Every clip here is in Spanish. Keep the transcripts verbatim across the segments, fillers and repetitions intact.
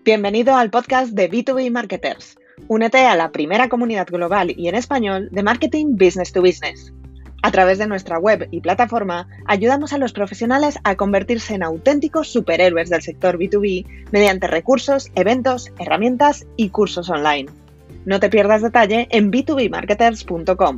Bienvenido al podcast de B dos B Marketers. Únete a la primera comunidad global y en español de marketing business to business. A través de nuestra web y plataforma, ayudamos a los profesionales a convertirse en auténticos superhéroes del sector B dos B mediante recursos, eventos, herramientas y cursos online. No te pierdas detalle en b dos b marketers punto com.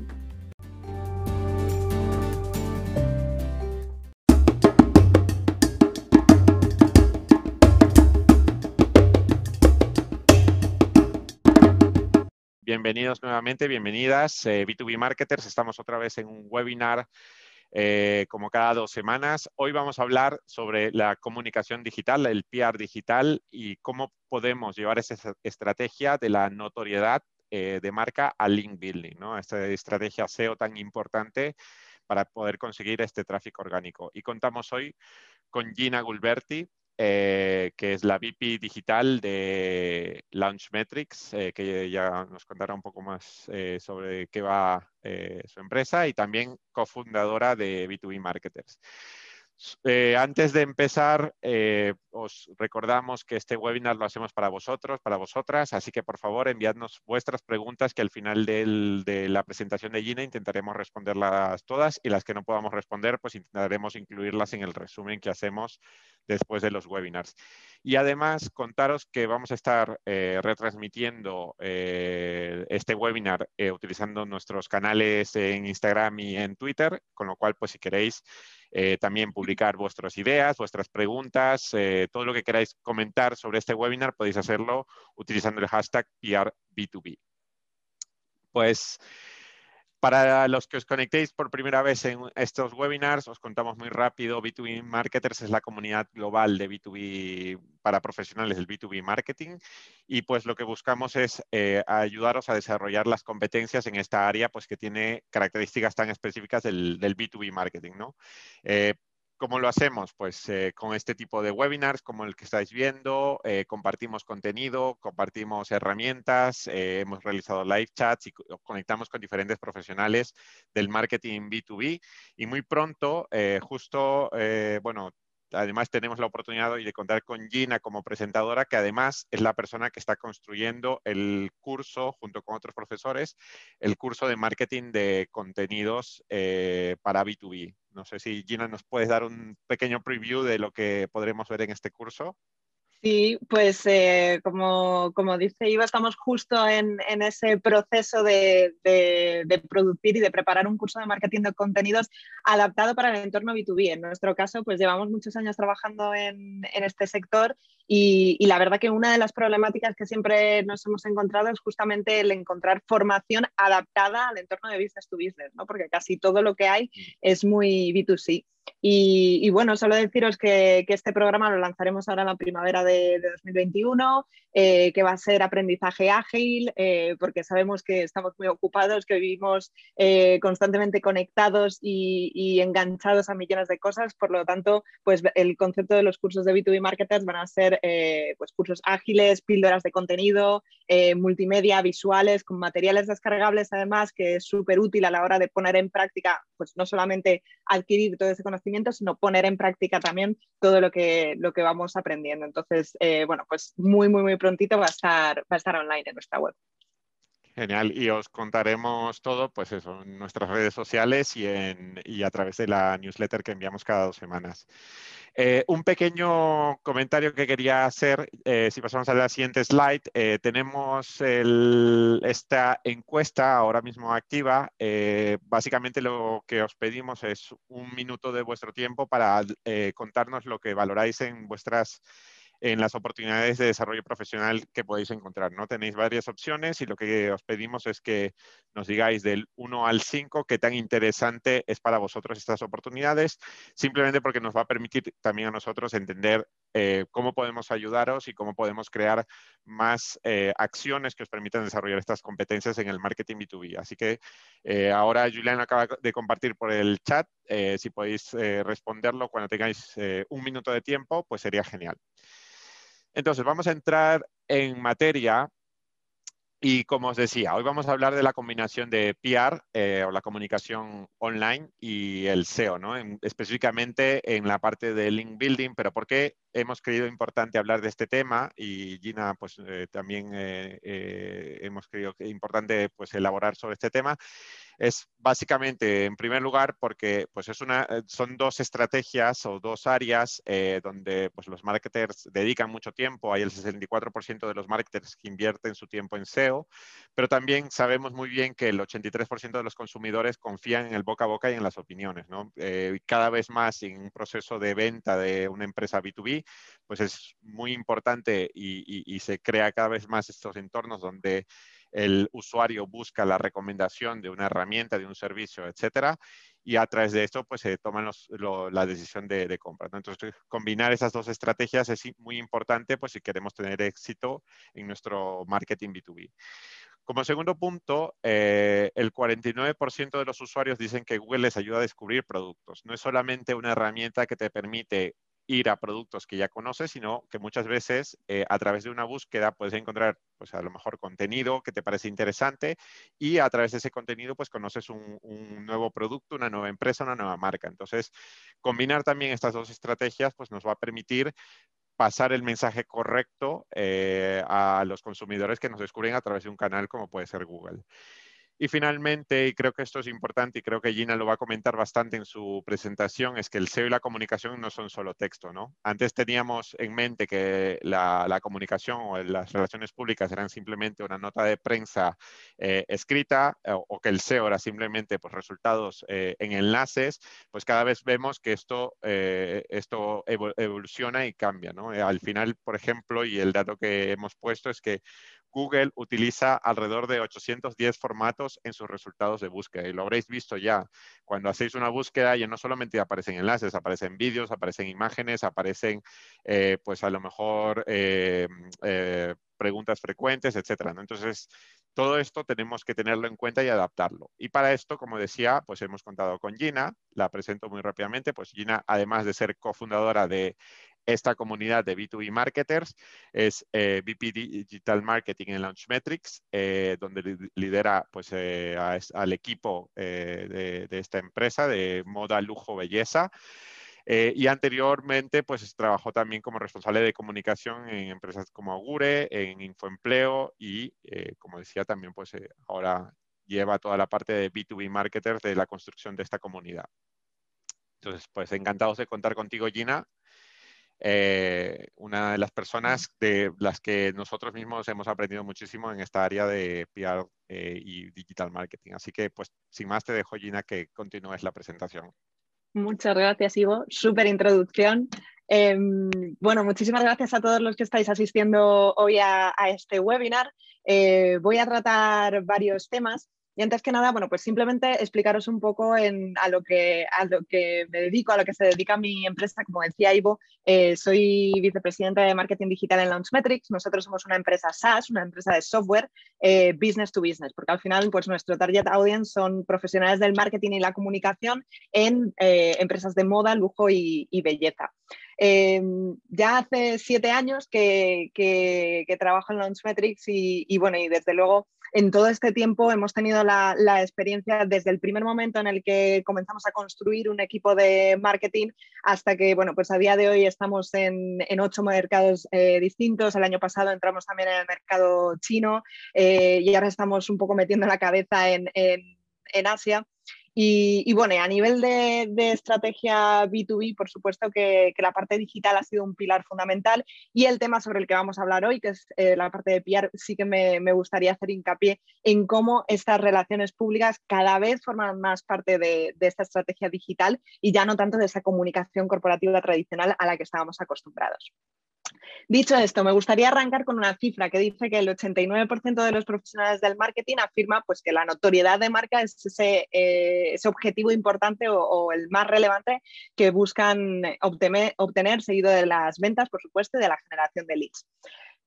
Bienvenidos nuevamente, bienvenidas, eh, B dos B Marketers. Estamos otra vez en un webinar eh, como cada dos semanas. Hoy vamos a hablar sobre la comunicación digital, el P R digital y cómo podemos llevar esa estrategia de la notoriedad eh, de marca al link building, ¿no? Esta estrategia S E O tan importante para poder conseguir este tráfico orgánico. Y contamos hoy con Gina Gulberti, Eh, que es la V P digital de Launchmetrics, eh, que ya nos contará un poco más eh, sobre qué va eh, su empresa, y también cofundadora de B dos B Marketers. Eh, antes de empezar, eh, os recordamos que este webinar lo hacemos para vosotros, para vosotras, así que por favor enviadnos vuestras preguntas, que al final del, de la presentación de Gina intentaremos responderlas todas, y las que no podamos responder, pues intentaremos incluirlas en el resumen que hacemos después de los webinars. Y además, contaros que vamos a estar eh, retransmitiendo eh, este webinar eh, utilizando nuestros canales en Instagram y en Twitter, con lo cual, pues si queréis eh, también publicar vuestras ideas, vuestras preguntas, eh, todo lo que queráis comentar sobre este webinar, podéis hacerlo utilizando el hashtag P R B dos B. Pues para los que os conectéis por primera vez en estos webinars, os contamos muy rápido. B dos B Marketers es la comunidad global de B dos B para profesionales del B dos B Marketing, y pues lo que buscamos es eh, ayudaros a desarrollar las competencias en esta área, pues que tiene características tan específicas del, del B dos B Marketing, ¿no? Eh, ¿Cómo lo hacemos? Pues eh, con este tipo de webinars como el que estáis viendo, eh, compartimos contenido, compartimos herramientas, eh, hemos realizado live chats y conectamos con diferentes profesionales del marketing B dos B, y muy pronto, eh, justo, eh, bueno, además tenemos la oportunidad hoy de contar con Gina como presentadora, que además es la persona que está construyendo el curso, junto con otros profesores, el curso de marketing de contenidos eh, para B dos B. No sé si, Gina, nos puedes dar un pequeño preview de lo que podremos ver en este curso. Sí, pues eh, como, como dice Iva, estamos justo en, en ese proceso de, de, de producir y de preparar un curso de marketing de contenidos adaptado para el entorno B dos B. En nuestro caso, pues llevamos muchos años trabajando en, en este sector y, y la verdad que una de las problemáticas que siempre nos hemos encontrado es justamente el encontrar formación adaptada al entorno de business to business, ¿no? Porque casi todo lo que hay es muy B dos C. Y, y bueno, solo deciros que, que este programa lo lanzaremos ahora en la primavera de, de dos mil veintiuno, eh, que va a ser aprendizaje ágil, eh, porque sabemos que estamos muy ocupados, que vivimos eh, constantemente conectados y, y enganchados a millones de cosas. Por lo tanto, pues el concepto de los cursos de B dos B Marketers van a ser eh, pues cursos ágiles, píldoras de contenido, eh, multimedia, visuales, con materiales descargables además, que es súper útil a la hora de poner en práctica, pues no solamente adquirir todo ese conocimiento, sino poner en práctica también todo lo que, lo que vamos aprendiendo. Entonces, eh, bueno, pues muy, muy, muy prontito va a estar, va a estar online en nuestra web. Genial, y os contaremos todo, pues eso, en nuestras redes sociales y, en, y a través de la newsletter que enviamos cada dos semanas. Eh, un pequeño comentario que quería hacer, eh, si pasamos a la siguiente slide, eh, tenemos el, esta encuesta ahora mismo activa. Eh, básicamente lo que os pedimos es un minuto de vuestro tiempo para eh, contarnos lo que valoráis en vuestras en las oportunidades de desarrollo profesional que podéis encontrar, ¿no? Tenéis varias opciones y lo que os pedimos es que nos digáis del uno al cinco qué tan interesante es para vosotros estas oportunidades, simplemente porque nos va a permitir también a nosotros entender eh, cómo podemos ayudaros y cómo podemos crear más eh, acciones que os permitan desarrollar estas competencias en el marketing B dos B. Así que eh, ahora Julián acaba de compartir por el chat, eh, si podéis eh, responderlo cuando tengáis eh, un minuto de tiempo, pues sería genial. Entonces, vamos a entrar en materia Y como os decía, hoy vamos a hablar de la combinación de P R eh, o la comunicación online y el S E O, ¿no? En, específicamente en la parte de link building, pero ¿por qué hemos creído importante hablar de este tema? Y Gina, pues eh, también eh, eh, hemos creído que es importante pues, elaborar sobre este tema. Es básicamente, en primer lugar, porque pues es una, son dos estrategias o dos áreas eh, donde pues, los marketers dedican mucho tiempo. Hay el sesenta y cuatro por ciento de los marketers que invierten su tiempo en S E O, pero también sabemos muy bien que el ochenta y tres por ciento de los consumidores confían en el boca a boca y en las opiniones, ¿no? Eh, cada vez más en un proceso de venta de una empresa B dos B, pues es muy importante y, y, y se crea cada vez más estos entornos donde el usuario busca la recomendación de una herramienta, de un servicio, etcétera, y a través de esto pues se toman los, lo, la decisión de, de compra, ¿no? Entonces, combinar esas dos estrategias es muy importante pues si queremos tener éxito en nuestro marketing B dos B. Como segundo punto, eh, el cuarenta y nueve por ciento de los usuarios dicen que Google les ayuda a descubrir productos. No es solamente una herramienta que te permite ir a productos que ya conoces, sino que muchas veces eh, a través de una búsqueda puedes encontrar pues a lo mejor contenido que te parece interesante y a través de ese contenido pues conoces un, un nuevo producto, una nueva empresa, una nueva marca. Entonces, combinar también estas dos estrategias pues nos va a permitir pasar el mensaje correcto eh, a los consumidores que nos descubren a través de un canal como puede ser Google. Y finalmente, y creo que esto es importante y creo que Gina lo va a comentar bastante en su presentación, es que el S E O y la comunicación no son solo texto, ¿no? Antes teníamos en mente que la, la comunicación o las relaciones públicas eran simplemente una nota de prensa eh, escrita o, o que el S E O era simplemente pues, resultados eh, en enlaces, pues cada vez vemos que esto, eh, esto evoluciona y cambia, ¿no? Eh, al final, por ejemplo, y el dato que hemos puesto es que Google utiliza alrededor de ochocientos diez formatos en sus resultados de búsqueda y lo habréis visto ya. Cuando hacéis una búsqueda ya no solamente aparecen enlaces, aparecen vídeos, aparecen imágenes, aparecen eh, pues a lo mejor eh, eh, preguntas frecuentes, etcétera, ¿no? Entonces, todo esto tenemos que tenerlo en cuenta y adaptarlo. Y para esto, como decía, pues hemos contado con Gina, la presento muy rápidamente, pues Gina, además de ser cofundadora de esta comunidad de B dos B marketers, es eh, V P Digital Marketing en Launchmetrics, eh, donde lidera pues, eh, a, al equipo eh, de, de esta empresa de moda, lujo, belleza. Eh, y anteriormente, pues trabajó también como responsable de comunicación en empresas como Augure, en Infoempleo y, eh, como decía, también pues eh, ahora lleva toda la parte de B dos B marketers de la construcción de esta comunidad. Entonces, pues encantados de contar contigo, Gina. Eh, una de las personas de las que nosotros mismos hemos aprendido muchísimo en esta área de P R eh, y digital marketing. Así que, pues, sin más, te dejo, Gina, que continúes la presentación. Muchas gracias, Ivo. Súper introducción. Eh, bueno, muchísimas gracias a todos los que estáis asistiendo hoy a, a este webinar. Eh, voy a tratar varios temas. Y antes que nada, bueno, pues simplemente explicaros un poco en, a, lo que, a lo que me dedico, a lo que se dedica mi empresa. Como decía Ivo, eh, soy vicepresidenta de marketing digital en Launchmetrics. Nosotros somos una empresa SaaS, una empresa de software, eh, business to business, porque al final pues, nuestro target audience son profesionales del marketing y la comunicación en eh, empresas de moda, lujo y, y belleza. Eh, ya hace siete años que, que, que trabajo en Launchmetrics y, y bueno, y desde luego en todo este tiempo hemos tenido la, la experiencia desde el primer momento en el que comenzamos a construir un equipo de marketing hasta que, bueno, pues a día de hoy estamos en, en ocho mercados eh, distintos. El año pasado entramos también en el mercado chino eh, y ahora estamos un poco metiendo la cabeza en, en, en Asia. Y, y bueno, a nivel de, de estrategia B dos B, por supuesto que, que la parte digital ha sido un pilar fundamental y el tema sobre el que vamos a hablar hoy, que es eh, la parte de P R, sí que me, me gustaría hacer hincapié en cómo estas relaciones públicas cada vez forman más parte de, de esta estrategia digital y ya no tanto de esa comunicación corporativa tradicional a la que estábamos acostumbrados. Dicho esto, me gustaría arrancar con una cifra que dice que el ochenta y nueve por ciento de los profesionales del marketing afirma pues, que la notoriedad de marca es ese, eh, ese objetivo importante o, o el más relevante que buscan obtener, obtener seguido de las ventas, por supuesto, y de la generación de leads.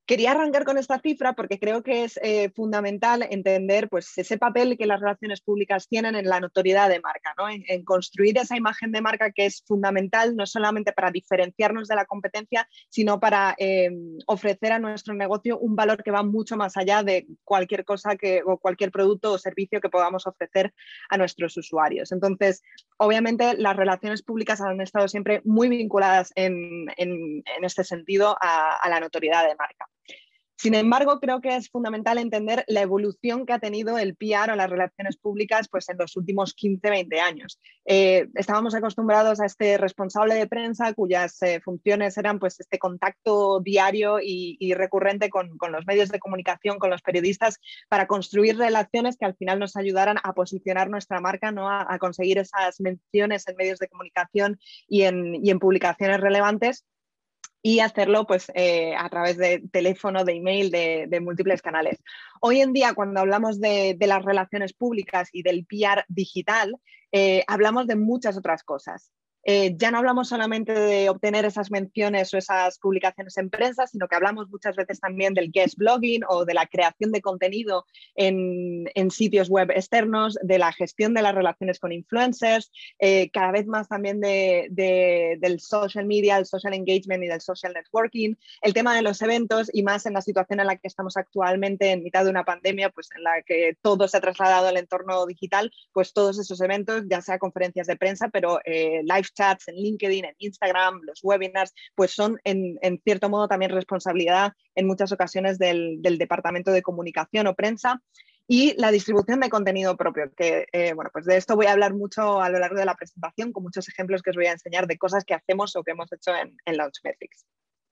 Quería arrancar con esta cifra porque creo que es eh, fundamental entender pues, ese papel que las relaciones públicas tienen en la notoriedad de marca, ¿no? en, en construir esa imagen de marca que es fundamental no solamente para diferenciarnos de la competencia, sino para eh, ofrecer a nuestro negocio un valor que va mucho más allá de cualquier cosa que, o cualquier producto o servicio que podamos ofrecer a nuestros usuarios. Entonces, obviamente, las relaciones públicas han estado siempre muy vinculadas en, en, en este sentido a, a la notoriedad de marca. Sin embargo, creo que es fundamental entender la evolución que ha tenido el P R o las relaciones públicas pues, en los últimos quince, veinte años. Eh, estábamos acostumbrados a este responsable de prensa cuyas eh, funciones eran pues, este contacto diario y, y recurrente con, con los medios de comunicación, con los periodistas, para construir relaciones que al final nos ayudaran a posicionar nuestra marca, ¿no? a, a conseguir esas menciones en medios de comunicación y en, y en publicaciones relevantes, y hacerlo pues, eh, a través de teléfono, de email, de, de múltiples canales. Hoy en día, cuando hablamos de, de las relaciones públicas y del P R digital, eh, hablamos de muchas otras cosas. Eh, ya no hablamos solamente de obtener esas menciones o esas publicaciones en prensa, sino que hablamos muchas veces también del guest blogging o de la creación de contenido en, en sitios web externos, de la gestión de las relaciones con influencers, eh, cada vez más también de, de, del social media, el social engagement y del social networking, el tema de los eventos y más en la situación en la que estamos actualmente en mitad de una pandemia, pues en la que todo se ha trasladado al entorno digital, pues todos esos eventos, ya sea conferencias de prensa, pero eh, live chats en LinkedIn, en Instagram, los webinars, pues son en, en cierto modo también responsabilidad en muchas ocasiones del, del departamento de comunicación o prensa. Y la distribución de contenido propio, que eh, bueno, pues de esto voy a hablar mucho a lo largo de la presentación, con muchos ejemplos que os voy a enseñar de cosas que hacemos o que hemos hecho en, en Launchmetrics.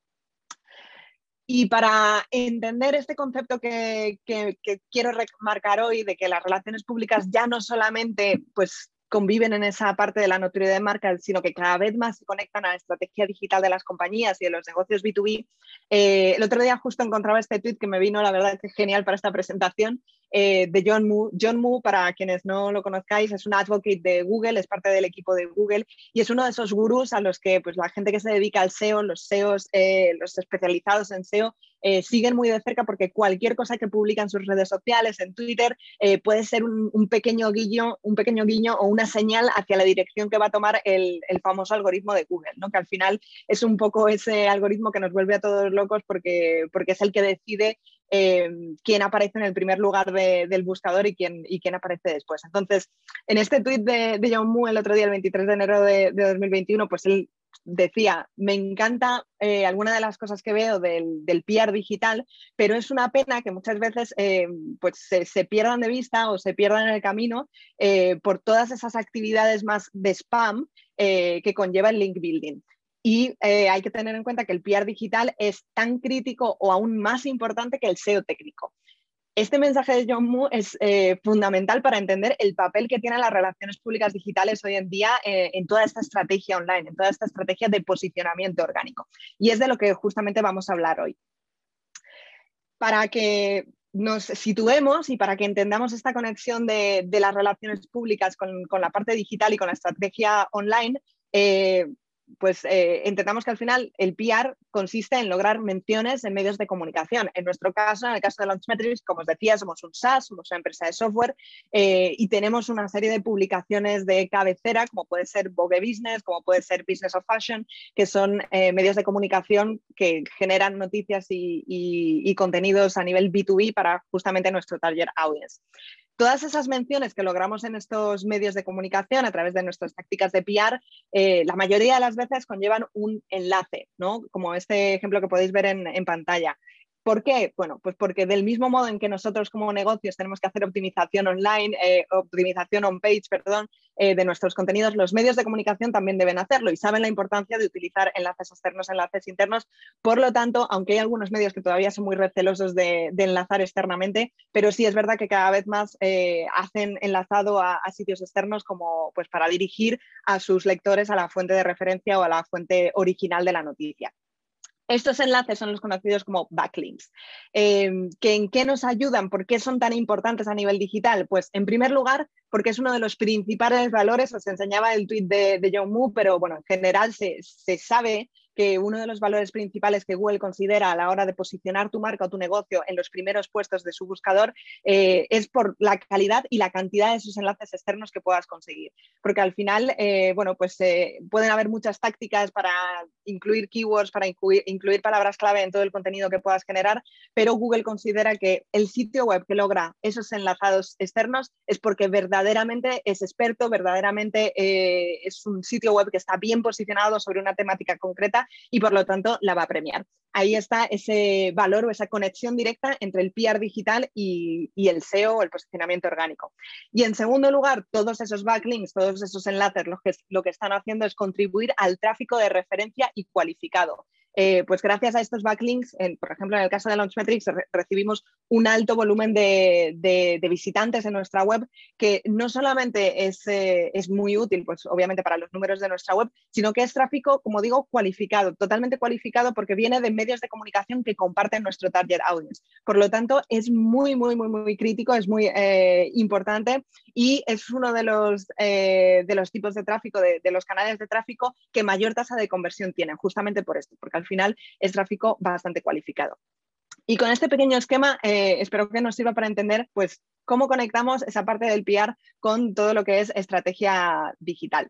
Y para entender este concepto que, que, que quiero remarcar hoy, de que las relaciones públicas ya no solamente pues, conviven en esa parte de la notoriedad de marca, sino que cada vez más se conectan a la estrategia digital de las compañías y de los negocios B dos B. Eh, el otro día justo encontraba este tweet que me vino, la verdad, que genial para esta presentación, eh, de John Mu. John Mu, para quienes no lo conozcáis, es un advocate de Google, es parte del equipo de Google y es uno de esos gurús a los que pues, la gente que se dedica al S E O, los S E Os, eh, los especializados en S E O, Eh, siguen muy de cerca porque cualquier cosa que publican en sus redes sociales, en Twitter, eh, puede ser un, un, pequeño guiño, un pequeño guiño o una señal hacia la dirección que va a tomar el, el famoso algoritmo de Google, ¿no? Que al final es un poco ese algoritmo que nos vuelve a todos locos porque, porque es el que decide eh, quién aparece en el primer lugar de, del buscador y quién, y quién aparece después. Entonces, en este tweet de, de John Mu el otro día, el veintitrés de enero de, de dos mil veintiuno, pues él decía, me encanta eh, alguna de las cosas que veo del, del P R digital, pero es una pena que muchas veces eh, pues se, se pierdan de vista o se pierdan en el camino eh, por todas esas actividades más de spam eh, que conlleva el link building. Y eh, hay que tener en cuenta que el P R digital es tan crítico o aún más importante que el S E O técnico. Este mensaje de John Mu es eh, fundamental para entender el papel que tienen las relaciones públicas digitales hoy en día eh, en toda esta estrategia online, en toda esta estrategia de posicionamiento orgánico. Y es de lo que justamente vamos a hablar hoy. Para que nos situemos y para que entendamos esta conexión de, de las relaciones públicas con, con la parte digital y con la estrategia online, eh, pues eh, entendamos que al final el P R consiste en lograr menciones en medios de comunicación. En nuestro caso, en el caso de Launchmetrics, como os decía, somos un SaaS, somos una empresa de software eh, y tenemos una serie de publicaciones de cabecera, como puede ser Vogue Business, como puede ser Business of Fashion, que son eh, medios de comunicación que generan noticias y, y, y contenidos a nivel B dos B para justamente nuestro target audience. Todas esas menciones que logramos en estos medios de comunicación a través de nuestras tácticas de P R, eh, la mayoría de las veces conllevan un enlace, ¿no? Como este ejemplo que podéis ver en, en pantalla. ¿Por qué? Bueno, pues porque del mismo modo en que nosotros como negocios tenemos que hacer optimización online, eh, optimización on-page, perdón, eh, de nuestros contenidos, los medios de comunicación también deben hacerlo y saben la importancia de utilizar enlaces externos, enlaces internos. Por lo tanto, aunque hay algunos medios que todavía son muy recelosos de, de enlazar externamente, pero sí es verdad que cada vez más eh, hacen enlazado a, a sitios externos como pues para dirigir a sus lectores a la fuente de referencia o a la fuente original de la noticia. Estos enlaces son los conocidos como backlinks. Eh, ¿que ¿En qué nos ayudan? ¿Por qué son tan importantes a nivel digital? Pues en primer lugar, porque es uno de los principales valores, os enseñaba el tweet de, de John Mu, pero bueno, en general se, se sabe que uno de los valores principales que Google considera a la hora de posicionar tu marca o tu negocio en los primeros puestos de su buscador eh, es por la calidad y la cantidad de esos enlaces externos que puedas conseguir. Porque al final, eh, bueno, pues eh, pueden haber muchas tácticas para incluir keywords, para incluir, incluir palabras clave en todo el contenido que puedas generar, pero Google considera que el sitio web que logra esos enlazados externos es porque verdaderamente es experto, verdaderamente eh, es un sitio web que está bien posicionado sobre una temática concreta y por lo tanto la va a premiar. Ahí está ese valor o esa conexión directa entre el P R digital y, y el S E O o el posicionamiento orgánico. Y en segundo lugar, todos esos backlinks, todos esos enlaces, lo que, lo que están haciendo es contribuir al tráfico de referencia y cualificado. Eh, pues gracias a estos backlinks, en, por ejemplo, en el caso de Launchmetrics, re recibimos un alto volumen de, de, de visitantes en nuestra web, que no solamente es, eh, es muy útil, pues obviamente para los números de nuestra web, sino que es tráfico, como digo, cualificado, totalmente cualificado, porque viene de medios de comunicación que comparten nuestro target audience. Por lo tanto, es muy, muy, muy, muy crítico, es muy eh, importante y es uno de los, eh, de los tipos de tráfico, de, de los canales de tráfico que mayor tasa de conversión tienen, justamente por esto, porque al final es tráfico bastante cualificado. Y con este pequeño esquema eh, espero que nos sirva para entender pues, cómo conectamos esa parte del P R con todo lo que es estrategia digital.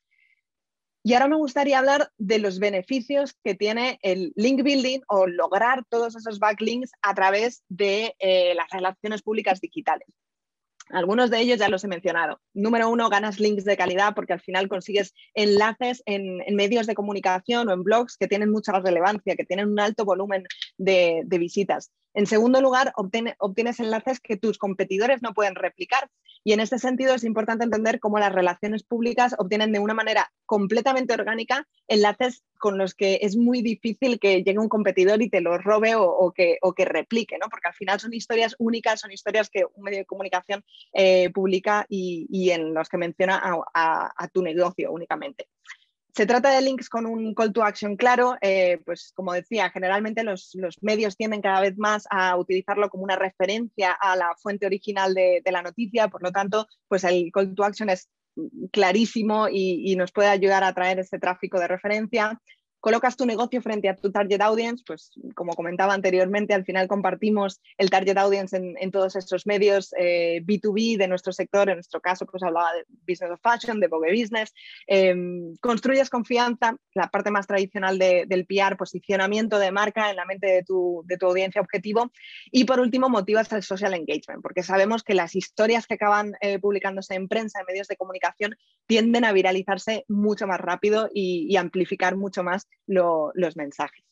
Y ahora me gustaría hablar de los beneficios que tiene el link building o lograr todos esos backlinks a través de eh, las relaciones públicas digitales. Algunos de ellos ya los he mencionado. Número uno, ganas links de calidad porque al final consigues enlaces en, en medios de comunicación o en blogs que tienen mucha relevancia, que tienen un alto volumen de, de visitas. En segundo lugar, obtiene, obtienes enlaces que tus competidores no pueden replicar. Y en este sentido es importante entender cómo las relaciones públicas obtienen de una manera completamente orgánica enlaces con los que es muy difícil que llegue un competidor y te los robe o, o, que, o que replique, ¿no? Porque al final son historias únicas, son historias que un medio de comunicación eh, publica y, y en los que menciona a, a, a tu negocio únicamente. Se trata de links con un call to action claro, eh, pues como decía, generalmente los, los medios tienden cada vez más a utilizarlo como una referencia a la fuente original de, de la noticia, por lo tanto, pues el call to action es clarísimo y, y nos puede ayudar a atraer ese tráfico de referencia. Colocas tu negocio frente a tu target audience, pues como comentaba anteriormente, al final compartimos el target audience en, en todos estos medios eh, B dos B de nuestro sector, en nuestro caso pues hablaba de Business of Fashion, de Vogue Business, eh, construyes confianza, la parte más tradicional de, del P R, posicionamiento de marca en la mente de tu, de tu audiencia objetivo y por último motivas el social engagement, porque sabemos que las historias que acaban eh, publicándose en prensa, en medios de comunicación, tienden a viralizarse mucho más rápido y, y amplificar mucho más Lo, los mensajes.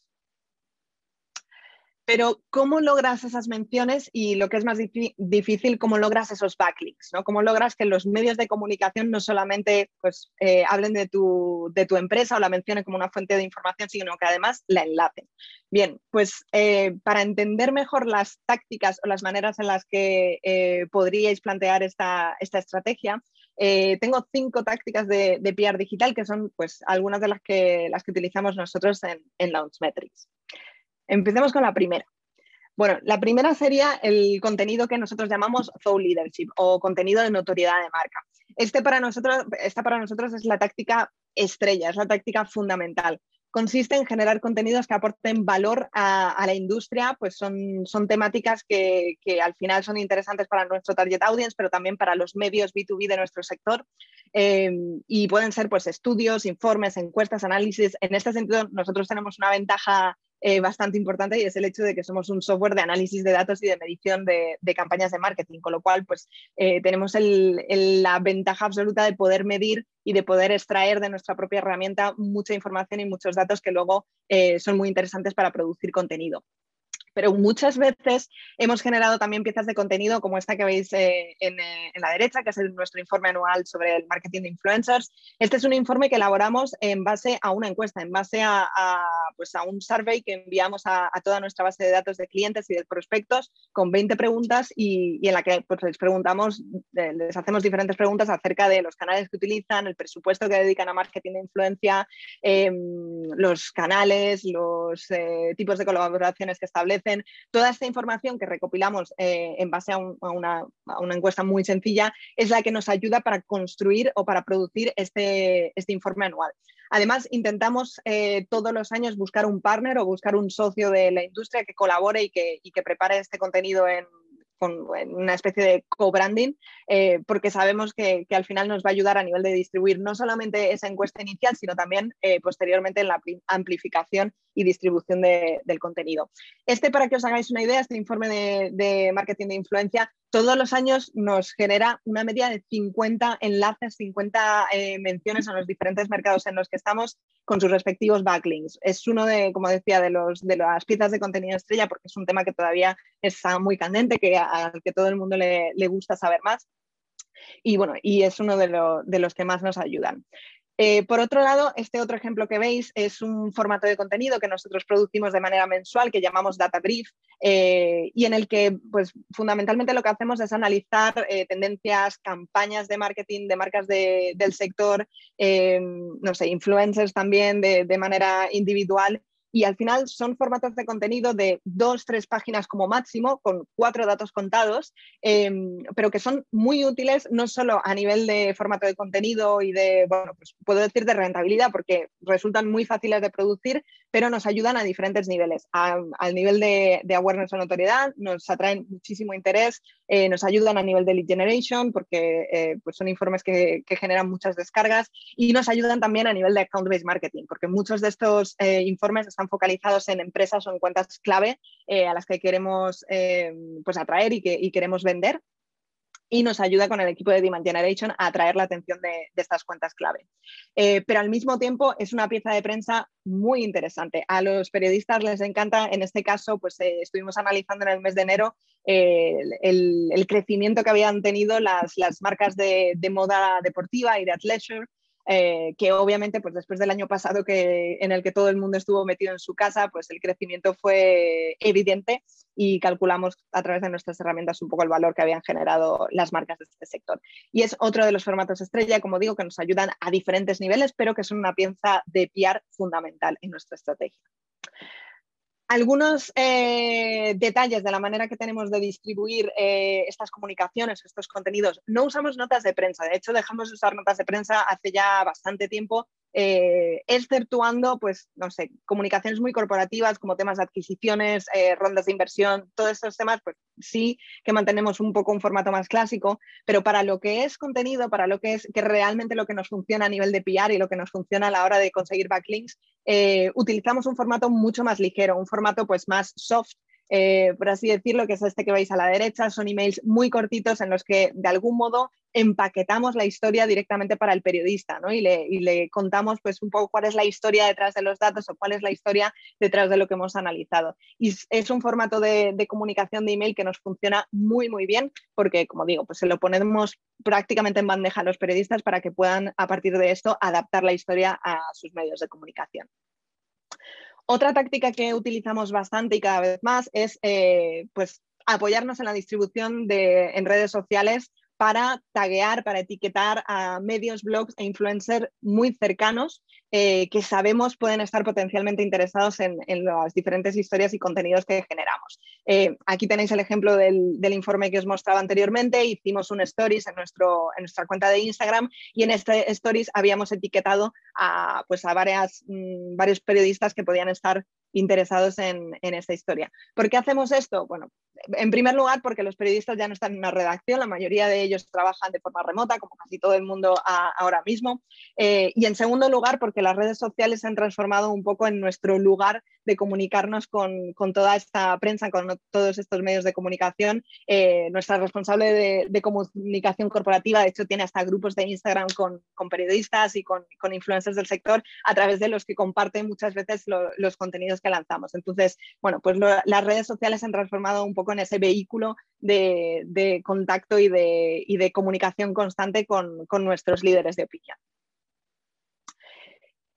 Pero ¿cómo logras esas menciones y lo que es más difícil, cómo logras esos backlinks, ¿no? ¿Cómo logras que los medios de comunicación no solamente pues, eh, hablen de tu, de tu empresa o la mencionen como una fuente de información, sino que además la enlacen? Bien, pues eh, para entender mejor las tácticas o las maneras en las que eh, podríais plantear esta, esta estrategia, Eh, tengo cinco tácticas de, de P R digital que son pues, algunas de las que, las que utilizamos nosotros en, en Launchmetrics. Empecemos con la primera. Bueno, la primera sería el contenido que nosotros llamamos thought leadership o contenido de notoriedad de marca. Este para nosotros, esta para nosotros es la táctica estrella, es la táctica fundamental. Consiste en generar contenidos que aporten valor a, a la industria, pues son, son temáticas que, que al final son interesantes para nuestro target audience, pero también para los medios B dos B de nuestro sector. Eh, y pueden ser pues, estudios, informes, encuestas, análisis. En este sentido, nosotros tenemos una ventaja eh, bastante importante y es el hecho de que somos un software de análisis de datos y de medición de, de campañas de marketing, con lo cual pues, eh, tenemos el, el, la ventaja absoluta de poder medir y de poder extraer de nuestra propia herramienta mucha información y muchos datos que luego eh, son muy interesantes para producir contenido. Pero muchas veces hemos generado también piezas de contenido como esta que veis eh, en, eh, en la derecha, que es el, nuestro informe anual sobre el marketing de influencers. Este es un informe que elaboramos en base a una encuesta, en base a, a pues a un survey que enviamos a, a toda nuestra base de datos de clientes y de prospectos con veinte preguntas y, y en la que pues, les preguntamos, les hacemos diferentes preguntas acerca de los canales que utilizan, el presupuesto que dedican a marketing de influencia, eh, los canales, los eh, tipos de colaboraciones que establecen. Toda esta información que recopilamos eh, en base a, un, a, una, a una encuesta muy sencilla es la que nos ayuda para construir o para producir este, este informe anual. Además, intentamos eh, todos los años buscar un partner o buscar un socio de la industria que colabore y que, y que prepare este contenido en, con, en una especie de co-branding, eh, porque sabemos que, que al final nos va a ayudar a nivel de distribuir no solamente esa encuesta inicial, sino también eh, posteriormente en la amplificación y distribución de, del contenido. Este, para que os hagáis una idea, este informe de, de marketing de influencia, todos los años nos genera una media de cincuenta enlaces, cincuenta eh, menciones a los diferentes mercados en los que estamos con sus respectivos backlinks. Es uno de, como decía, de, los, de las piezas de contenido estrella porque es un tema que todavía está muy candente, que, al que todo el mundo le, le gusta saber más. Y bueno, y es uno de, lo, de los que más nos ayudan. Eh, por otro lado, este otro ejemplo que veis es un formato de contenido que nosotros producimos de manera mensual que llamamos Data Brief eh, y en el que pues, fundamentalmente lo que hacemos es analizar eh, tendencias, campañas de marketing de marcas de, del sector, eh, no sé, influencers también de, de manera individual. Y al final son formatos de contenido de dos, tres páginas como máximo, con cuatro datos contados, eh, pero que son muy útiles no solo a nivel de formato de contenido y de, bueno, pues puedo decir de rentabilidad, porque resultan muy fáciles de producir, pero nos ayudan a diferentes niveles. A, al nivel de, de awareness o notoriedad, nos atraen muchísimo interés, eh, nos ayudan a nivel de lead generation, porque eh, pues son informes que, que generan muchas descargas, y nos ayudan también a nivel de account-based marketing, porque muchos de estos eh, informes están focalizados en empresas o en cuentas clave eh, a las que queremos eh, pues atraer y que y queremos vender, y nos ayuda con el equipo de Demand Generation a atraer la atención de, de estas cuentas clave. Eh, pero al mismo tiempo es una pieza de prensa muy interesante. A los periodistas les encanta, en este caso, pues eh, estuvimos analizando en el mes de enero eh, el, el crecimiento que habían tenido las, las marcas de, de moda deportiva y de athleisure, Eh, que obviamente pues después del año pasado que, en el que todo el mundo estuvo metido en su casa, pues el crecimiento fue evidente y calculamos a través de nuestras herramientas un poco el valor que habían generado las marcas de este sector. Y es otro de los formatos estrella, como digo, que nos ayudan a diferentes niveles, pero que son una pieza de P R fundamental en nuestra estrategia. Algunos eh, detalles de la manera que tenemos de distribuir eh, estas comunicaciones, estos contenidos. No usamos notas de prensa, de hecho dejamos de usar notas de prensa hace ya bastante tiempo, eh, exceptuando, pues, no sé, comunicaciones muy corporativas como temas de adquisiciones, eh, rondas de inversión, todos estos temas, pues sí que mantenemos un poco un formato más clásico, pero para lo que es contenido, para lo que es que realmente lo que nos funciona a nivel de P R y lo que nos funciona a la hora de conseguir backlinks, eh, utilizamos un formato mucho más ligero, un formato pues más soft, eh, por así decirlo, que es este que veis a la derecha. Son emails muy cortitos en los que de algún modo empaquetamos la historia directamente para el periodista, ¿no? Y le, y le contamos pues un poco cuál es la historia detrás de los datos o cuál es la historia detrás de lo que hemos analizado. Y es un formato de, de comunicación de email que nos funciona muy, muy bien porque, como digo, pues se lo ponemos prácticamente en bandeja a los periodistas para que puedan, a partir de esto, adaptar la historia a sus medios de comunicación. Otra táctica que utilizamos bastante y cada vez más es eh, pues, apoyarnos en la distribución de, en redes sociales para taguear, para etiquetar a medios, blogs e influencers muy cercanos eh, que sabemos pueden estar potencialmente interesados en, en las diferentes historias y contenidos que generamos. Eh, aquí tenéis el ejemplo del, del informe que os mostraba anteriormente. Hicimos un stories en, nuestro, en nuestra cuenta de Instagram y en este stories habíamos etiquetado a, pues a varias, mmm, varios periodistas que podían estar interesados en, en esta historia. ¿Por qué hacemos esto? Bueno, en primer lugar, porque los periodistas ya no están en una redacción, la mayoría de ellos trabajan de forma remota, como casi todo el mundo a, ahora mismo. Eh, y en segundo lugar, porque las redes sociales se han transformado un poco en nuestro lugar de comunicarnos con, con toda esta prensa, con todos estos medios de comunicación. Eh, nuestra responsable de, de comunicación corporativa, de hecho, tiene hasta grupos de Instagram con, con periodistas y con, con influencers del sector, a través de los que comparten muchas veces lo, los contenidos que lanzamos. Entonces, bueno, pues lo, las redes sociales se han transformado un poco en ese vehículo de, de contacto y de, y de comunicación constante con, con nuestros líderes de opinión.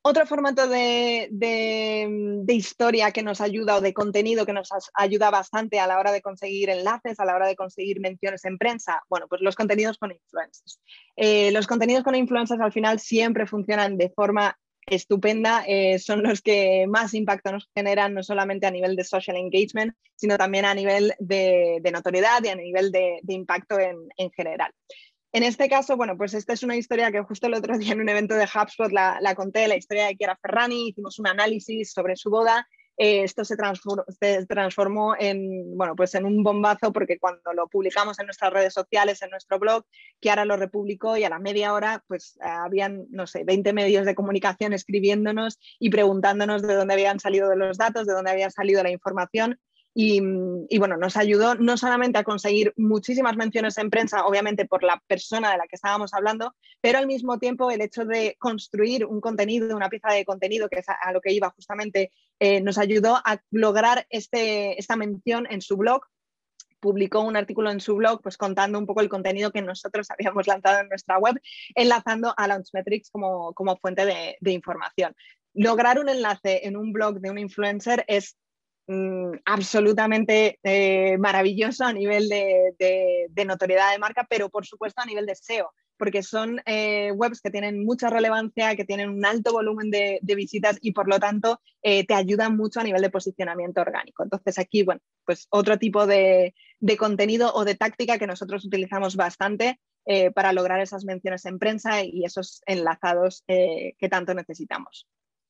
Otro formato de, de, de historia que nos ayuda o de contenido que nos ayuda bastante a la hora de conseguir enlaces, a la hora de conseguir menciones en prensa, bueno, pues los contenidos con influencers. Eh, los contenidos con influencers al final siempre funcionan de forma estupenda, eh, son los que más impacto nos generan, no solamente a nivel de social engagement, sino también a nivel de, de notoriedad y a nivel de, de impacto en, en general. En este caso, bueno, pues esta es una historia que justo el otro día en un evento de HubSpot la, la conté, la historia de Chiara Ferragni, hicimos un análisis sobre su boda. Eh, esto se transformó, se transformó en, bueno, pues en un bombazo porque cuando lo publicamos en nuestras redes sociales, en nuestro blog, Chiara lo republicó y a la media hora pues eh, habían, no sé, veinte medios de comunicación escribiéndonos y preguntándonos de dónde habían salido los datos, de dónde había salido la información. Y, y bueno, nos ayudó no solamente a conseguir muchísimas menciones en prensa, obviamente por la persona de la que estábamos hablando, pero al mismo tiempo el hecho de construir un contenido, una pieza de contenido, que es a, a lo que iba justamente, eh, nos ayudó a lograr este, esta mención en su blog. Publicó un artículo en su blog pues contando un poco el contenido que nosotros habíamos lanzado en nuestra web, enlazando a Launchmetrics como, como fuente de, de información. Lograr un enlace en un blog de un influencer es Mm, absolutamente eh, maravilloso a nivel de, de, de notoriedad de marca, pero por supuesto a nivel de S E O, porque son eh, webs que tienen mucha relevancia, que tienen un alto volumen de, de visitas y por lo tanto eh, te ayudan mucho a nivel de posicionamiento orgánico. Entonces aquí, bueno, pues otro tipo de, de contenido o de táctica que nosotros utilizamos bastante eh, para lograr esas menciones en prensa y esos enlazados eh, que tanto necesitamos.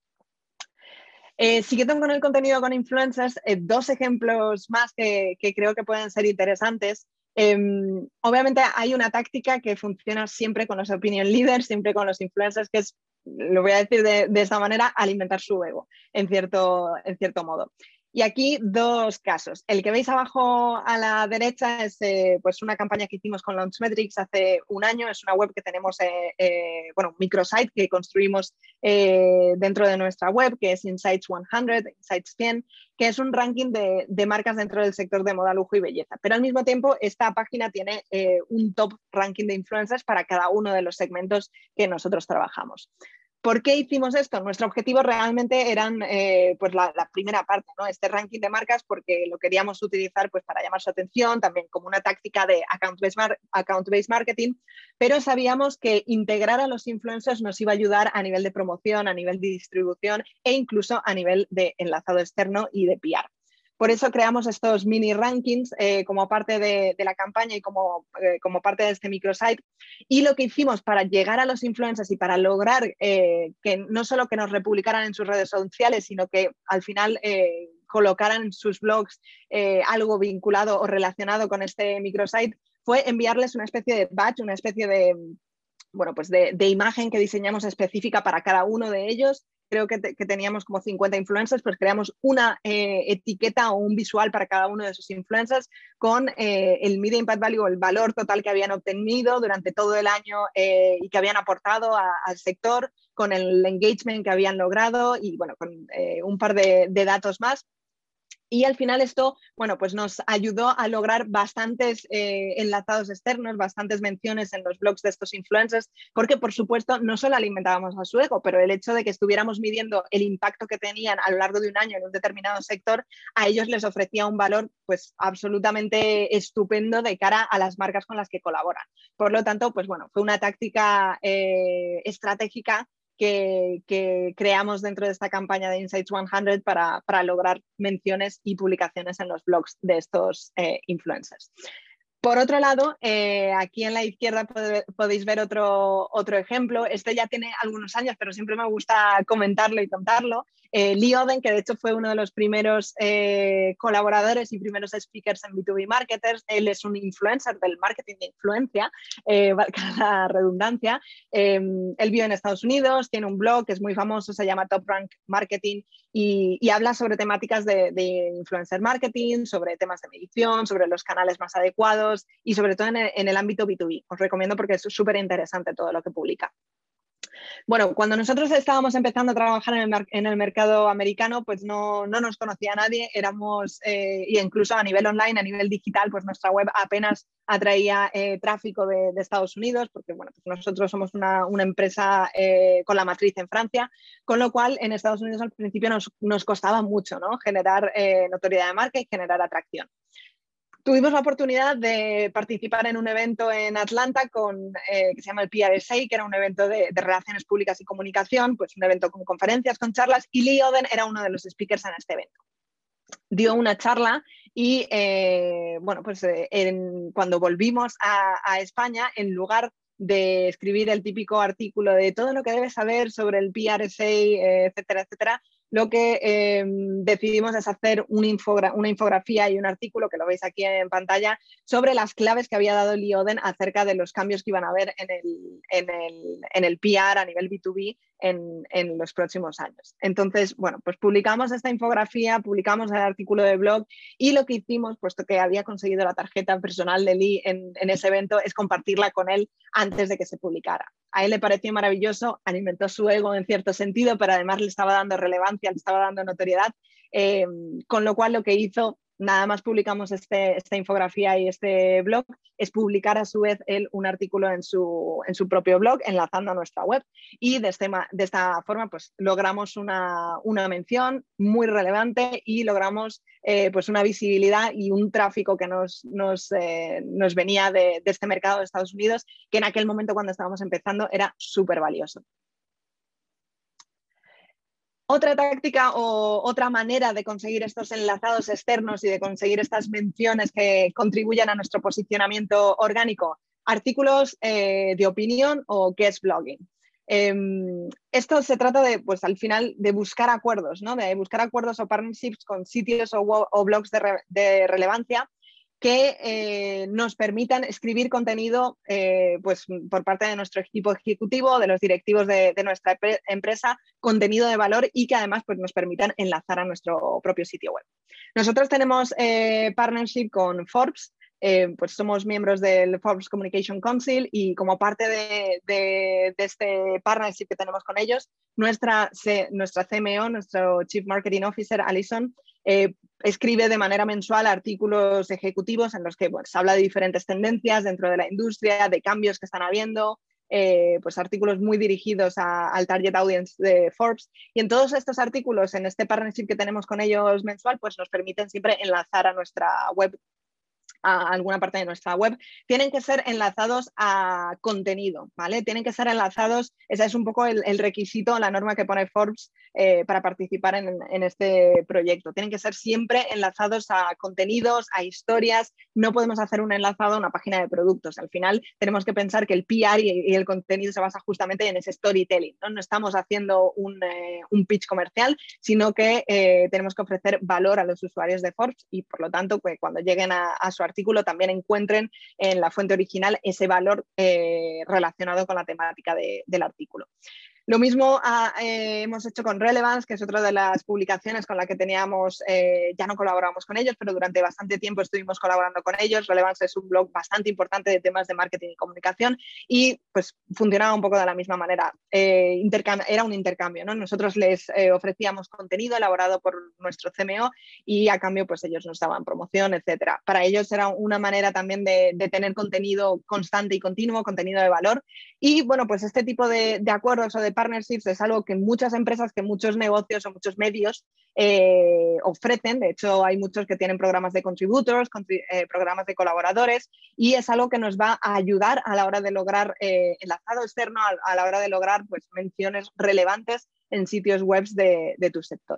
Eh, siguiendo con el contenido con influencers, eh, dos ejemplos más que, que creo que pueden ser interesantes. Eh, obviamente hay una táctica que funciona siempre con los opinion leaders, siempre con los influencers, que es, lo voy a decir de, de esta manera, alimentar su ego, en cierto, en cierto modo. Y aquí dos casos. El que veis abajo a la derecha es eh, pues una campaña que hicimos con Launchmetrics hace un año. Es una web que tenemos, eh, eh, bueno, un microsite que construimos eh, dentro de nuestra web, que es Insights cien, Insights cien, que es un ranking de, de marcas dentro del sector de moda, lujo y belleza. Pero al mismo tiempo, esta página tiene eh, un top ranking de influencers para cada uno de los segmentos que nosotros trabajamos. ¿Por qué hicimos esto? Nuestro objetivo realmente eran eh, pues la, la primera parte, ¿no? Este ranking de marcas, porque lo queríamos utilizar pues, para llamar su atención, también como una táctica de account-based mar account-based marketing, pero sabíamos que integrar a los influencers nos iba a ayudar a nivel de promoción, a nivel de distribución e incluso a nivel de enlazado externo y de P R. Por eso creamos estos mini rankings eh, como parte de, de la campaña y como, eh, como parte de este microsite. Y lo que hicimos para llegar a los influencers y para lograr eh, que no solo que nos republicaran en sus redes sociales, sino que al final eh, colocaran en sus blogs eh, algo vinculado o relacionado con este microsite, fue enviarles una especie de badge, una especie de, bueno, pues de, de imagen que diseñamos específica para cada uno de ellos. Creo que, te, que teníamos como cincuenta influencers, pues creamos una eh, etiqueta o un visual para cada uno de esos influencers con eh, el Media Impact Value, el valor total que habían obtenido durante todo el año eh, y que habían aportado a, al sector, con el engagement que habían logrado y bueno, con eh, un par de, de datos más. Y al final esto, bueno, pues nos ayudó a lograr bastantes eh, enlazados externos, bastantes menciones en los blogs de estos influencers, porque por supuesto no solo alimentábamos a su ego, pero el hecho de que estuviéramos midiendo el impacto que tenían a lo largo de un año en un determinado sector, a ellos les ofrecía un valor pues absolutamente estupendo de cara a las marcas con las que colaboran. Por lo tanto, pues bueno, fue una táctica eh, estratégica Que, que creamos dentro de esta campaña de Insights cien para, para lograr menciones y publicaciones en los blogs de estos eh, influencers. Por otro lado, eh, aquí en la izquierda pod podéis ver otro, otro ejemplo. Este ya tiene algunos años, pero siempre me gusta comentarlo y contarlo. Eh, Lee Oden, que de hecho fue uno de los primeros eh, colaboradores y primeros speakers en B dos B Marketers. Él es un influencer del marketing de influencia, eh, valga la redundancia. Eh, él vive en Estados Unidos, tiene un blog que es muy famoso, se llama Top Rank Marketing y, y habla sobre temáticas de, de influencer marketing, sobre temas de medición, sobre los canales más adecuados y sobre todo en el, en el ámbito B dos B. Os recomiendo porque es súper interesante todo lo que publica. Bueno, cuando nosotros estábamos empezando a trabajar en el, en el mercado americano, pues no, no nos conocía nadie, éramos, eh, y incluso a nivel online, a nivel digital, pues nuestra web apenas atraía eh, tráfico de, de Estados Unidos, porque bueno, pues nosotros somos una, una empresa eh, con la matriz en Francia, con lo cual en Estados Unidos al principio nos, nos costaba mucho, ¿no? Generar eh, notoriedad de marca y generar atracción. Tuvimos la oportunidad de participar en un evento en Atlanta con, eh, que se llama el P R S A, que era un evento de, de relaciones públicas y comunicación, pues un evento con conferencias, con charlas, y Lee Oden era uno de los speakers en este evento. Dio una charla y, eh, bueno, pues eh, en, cuando volvimos a, a España, en lugar de escribir el típico artículo de todo lo que debes saber sobre el P R S A, eh, etcétera, etcétera, lo que eh, decidimos es hacer un infogra una infografía y un artículo, que lo veis aquí en pantalla, sobre las claves que había dado Lee Oden acerca de los cambios que iban a haber en el, en el, en el P R a nivel B dos B en, en los próximos años. Entonces, bueno, pues publicamos esta infografía, publicamos el artículo de blog y lo que hicimos, puesto que había conseguido la tarjeta personal de Lee en, en ese evento, es compartirla con él antes de que se publicara. A él le pareció maravilloso, alimentó su ego en cierto sentido, pero además le estaba dando relevancia, le estaba dando notoriedad, eh, con lo cual lo que hizo, nada más publicamos este, esta infografía y este blog, es publicar a su vez él un artículo en su, en su propio blog, enlazando a nuestra web, y de, este, de esta forma pues logramos una, una mención muy relevante y logramos eh, pues una visibilidad y un tráfico que nos, nos, eh, nos venía de, de este mercado de Estados Unidos, que en aquel momento cuando estábamos empezando era súper valioso. Otra táctica o otra manera de conseguir estos enlazados externos y de conseguir estas menciones que contribuyan a nuestro posicionamiento orgánico, artículos eh, de opinión o guest blogging. Eh, esto se trata de, pues al final, de buscar acuerdos, ¿no? De buscar acuerdos o partnerships con sitios o, o blogs de, re, de relevancia que eh, nos permitan escribir contenido eh, pues, por parte de nuestro equipo ejecutivo, de los directivos de, de nuestra empresa, contenido de valor y que además pues, nos permitan enlazar a nuestro propio sitio web. Nosotros tenemos eh, partnership con Forbes, eh, pues somos miembros del Forbes Communication Council y como parte de, de, de este partnership que tenemos con ellos, nuestra, C, nuestra C M O, nuestro Chief Marketing Officer, Alison, Eh, escribe de manera mensual artículos ejecutivos en los que pues, se habla de diferentes tendencias dentro de la industria, de cambios que están habiendo, eh, pues artículos muy dirigidos a, al target audience de Forbes. Y en todos estos artículos, en este partnership que tenemos con ellos mensual, pues nos permiten siempre enlazar a nuestra web, a alguna parte de nuestra web, tienen que ser enlazados a contenido, ¿vale? Tienen que ser enlazados, ese es un poco el, el requisito, la norma que pone Forbes eh, para participar en, en este proyecto. Tienen que ser siempre enlazados a contenidos, a historias, no podemos hacer un enlazado a una página de productos. Al final tenemos que pensar que el P R y, y el contenido se basa justamente en ese storytelling, ¿no? No estamos haciendo un, eh, un pitch comercial, sino que eh, tenemos que ofrecer valor a los usuarios de Forbes y por lo tanto pues, cuando lleguen a, a su artículo artículo también encuentren en la fuente original ese valor eh, relacionado con la temática de, del artículo. Lo mismo ah, eh, hemos hecho con Relevance, que es otra de las publicaciones con la que teníamos, eh, ya no colaboramos con ellos, pero durante bastante tiempo estuvimos colaborando con ellos. Relevance es un blog bastante importante de temas de marketing y comunicación y pues funcionaba un poco de la misma manera. Eh, era un intercambio, ¿no? Nosotros les eh, ofrecíamos contenido elaborado por nuestro C M O y a cambio pues ellos nos daban promoción, etcétera. Para ellos era una manera también de, de tener contenido constante y continuo, contenido de valor. Y bueno, pues este tipo de, de acuerdos o de partnerships es algo que muchas empresas, que muchos negocios o muchos medios eh, ofrecen. De hecho, hay muchos que tienen programas de contributors, eh, programas de colaboradores y es algo que nos va a ayudar a la hora de lograr eh, enlazado externo, a, a la hora de lograr pues, menciones relevantes en sitios web de, de tu sector.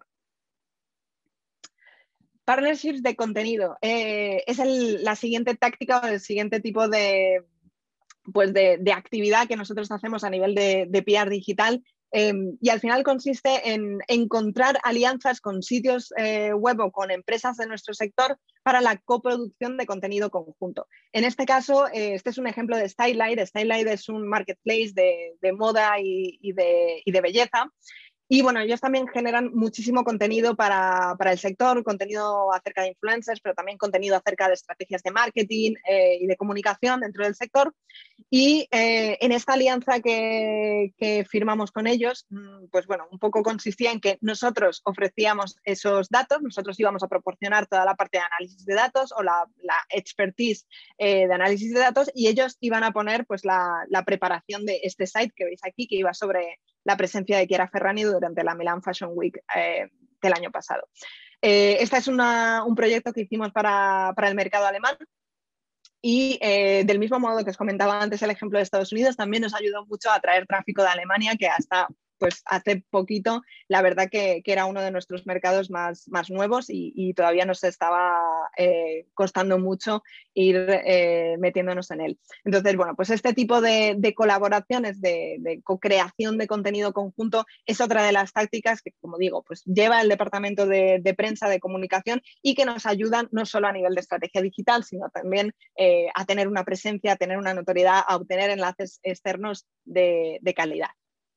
Partnerships de contenido. Eh, es el, la siguiente táctica o el siguiente tipo de... Pues de, de actividad que nosotros hacemos a nivel de, de P R digital eh, y al final consiste en encontrar alianzas con sitios eh, web o con empresas de nuestro sector para la coproducción de contenido conjunto. En este caso, eh, este es un ejemplo de Stylight. Stylight es un marketplace de, de moda y, y, de, y de belleza. Y bueno, ellos también generan muchísimo contenido para, para el sector, contenido acerca de influencers, pero también contenido acerca de estrategias de marketing eh, y de comunicación dentro del sector. Y eh, en esta alianza que, que firmamos con ellos, pues bueno, un poco consistía en que nosotros ofrecíamos esos datos, nosotros íbamos a proporcionar toda la parte de análisis de datos o la, la expertise eh, de análisis de datos, y ellos iban a poner pues la, la preparación de este site que veis aquí, que iba sobre la presencia de Chiara Ferragni durante la Milan Fashion Week eh, del año pasado. Eh, este es una, un proyecto que hicimos para, para el mercado alemán. Y eh, del mismo modo que os comentaba antes el ejemplo de Estados Unidos, también nos ayudó mucho a atraer tráfico de Alemania, que hasta pues, hace poquito la verdad que, que era uno de nuestros mercados más, más nuevos y, y todavía nos estaba eh, costando mucho ir eh, metiéndonos en él. Entonces, bueno, pues este tipo de, de colaboraciones, de, de co-creación de contenido conjunto es otra de las tácticas que, como digo, pues lleva el departamento de, de prensa, de comunicación, y que nos ayudan no solo a nivel de estrategia digital, sino también eh, a tener una presencia, a tener una notoriedad, a obtener enlaces externos de, de calidad.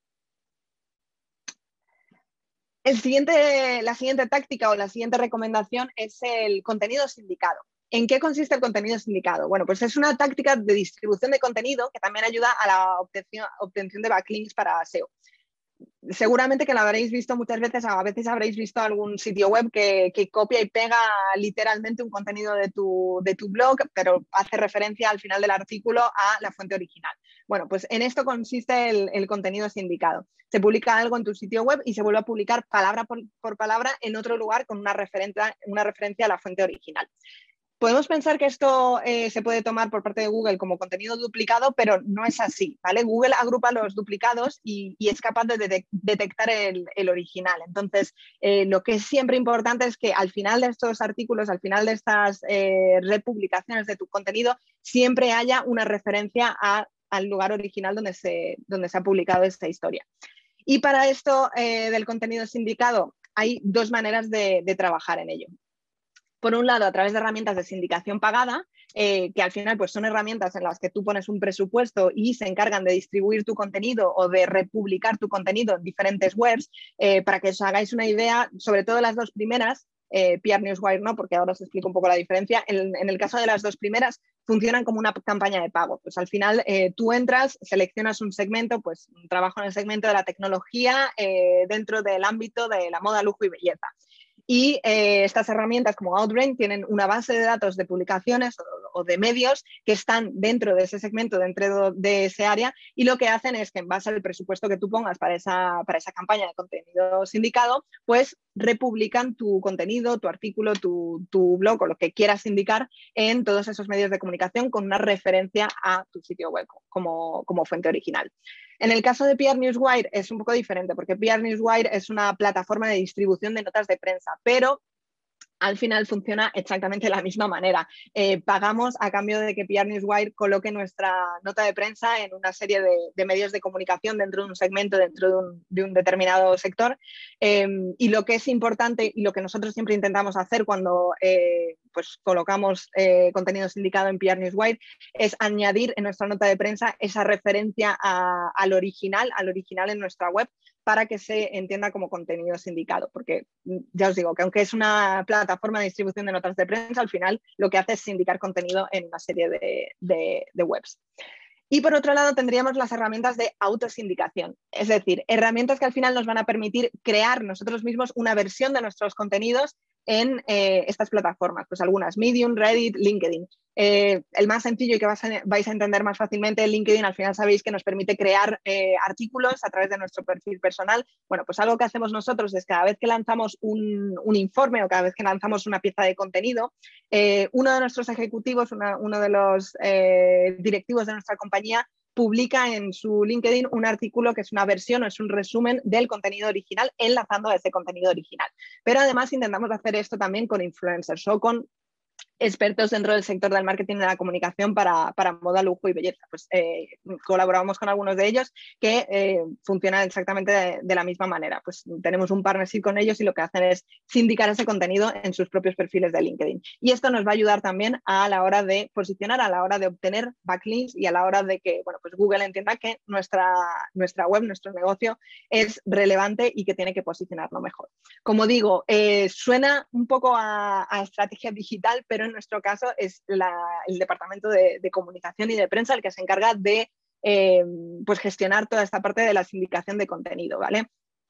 El siguiente, la siguiente táctica o la siguiente recomendación es el contenido sindicado. ¿En qué consiste el contenido sindicado? Bueno, pues es una táctica de distribución de contenido que también ayuda a la obtención, obtención de backlinks para S E O. Seguramente que lo habréis visto muchas veces, a veces habréis visto algún sitio web que, que copia y pega literalmente un contenido de tu, de tu blog, pero hace referencia al final del artículo a la fuente original. Bueno, pues en esto consiste el, el contenido sindicado. Se publica algo en tu sitio web y se vuelve a publicar palabra por, por palabra en otro lugar con una referencia, una referencia a la fuente original. Podemos pensar que esto eh, se puede tomar por parte de Google como contenido duplicado, pero no es así, ¿vale? Google agrupa los duplicados y, y es capaz de, de detectar el, el original. Entonces, eh, lo que es siempre importante es que al final de estos artículos, al final de estas eh, republicaciones de tu contenido, siempre haya una referencia a, al lugar original donde se, donde se ha publicado esta historia. Y para esto eh, del contenido sindicado, hay dos maneras de, de trabajar en ello. Por un lado, a través de herramientas de sindicación pagada, eh, que al final pues, son herramientas en las que tú pones un presupuesto y se encargan de distribuir tu contenido o de republicar tu contenido en diferentes webs. Eh, para que os hagáis una idea, sobre todo las dos primeras, eh, P R Newswire no, porque ahora os explico un poco la diferencia. En, en el caso de las dos primeras, funcionan como una campaña de pago. Pues al final eh, tú entras, seleccionas un segmento, pues un trabajo en el segmento de la tecnología eh, dentro del ámbito de la moda, lujo y belleza. Y eh, estas herramientas como Outbrain tienen una base de datos de publicaciones o, o de medios que están dentro de ese segmento, dentro de ese área, y lo que hacen es que en base al presupuesto que tú pongas para esa, para esa campaña de contenido sindicado, pues republican tu contenido, tu artículo, tu, tu blog o lo que quieras indicar en todos esos medios de comunicación con una referencia a tu sitio web como, como fuente original. En el caso de P R Newswire es un poco diferente porque P R Newswire es una plataforma de distribución de notas de prensa, pero al final funciona exactamente de la misma manera. Eh, pagamos a cambio de que P R Newswire coloque nuestra nota de prensa en una serie de, de medios de comunicación dentro de un segmento, dentro de un, de un determinado sector. Eh, y lo que es importante y lo que nosotros siempre intentamos hacer cuando eh, pues colocamos eh, contenido sindicado en P R Newswire es añadir en nuestra nota de prensa esa referencia a, al original, al original en nuestra web, para que se entienda como contenido sindicado, porque ya os digo que aunque es una plataforma de distribución de notas de prensa, al final lo que hace es sindicar contenido en una serie de, de, de webs. Y por otro lado tendríamos las herramientas de autosindicación, es decir, herramientas que al final nos van a permitir crear nosotros mismos una versión de nuestros contenidos en eh, estas plataformas, pues algunas Medium, Reddit, LinkedIn. Eh, el más sencillo y que vais a, vais a entender más fácilmente, LinkedIn al final sabéis que nos permite crear eh, artículos a través de nuestro perfil personal. Bueno, pues algo que hacemos nosotros es cada vez que lanzamos un, un informe o cada vez que lanzamos una pieza de contenido, eh, uno de nuestros ejecutivos, una, uno de los eh, directivos de nuestra compañía publica en su LinkedIn un artículo que es una versión o es un resumen del contenido original enlazando a ese contenido original. Pero además intentamos hacer esto también con influencers o con expertos dentro del sector del marketing y de la comunicación para, para moda, lujo y belleza. Pues eh, colaboramos con algunos de ellos que eh, funcionan exactamente de, de la misma manera. Pues tenemos un partnership con ellos y lo que hacen es sindicar ese contenido en sus propios perfiles de LinkedIn. Y esto nos va a ayudar también a la hora de posicionar, a la hora de obtener backlinks y a la hora de que, bueno, pues Google entienda que nuestra, nuestra web, nuestro negocio es relevante y que tiene que posicionarlo mejor. Como digo, eh, suena un poco a, a estrategia digital, pero en nuestro caso es la, el departamento de, de comunicación y de prensa el que se encarga de eh, pues gestionar toda esta parte de la sindicación de contenido, ¿vale?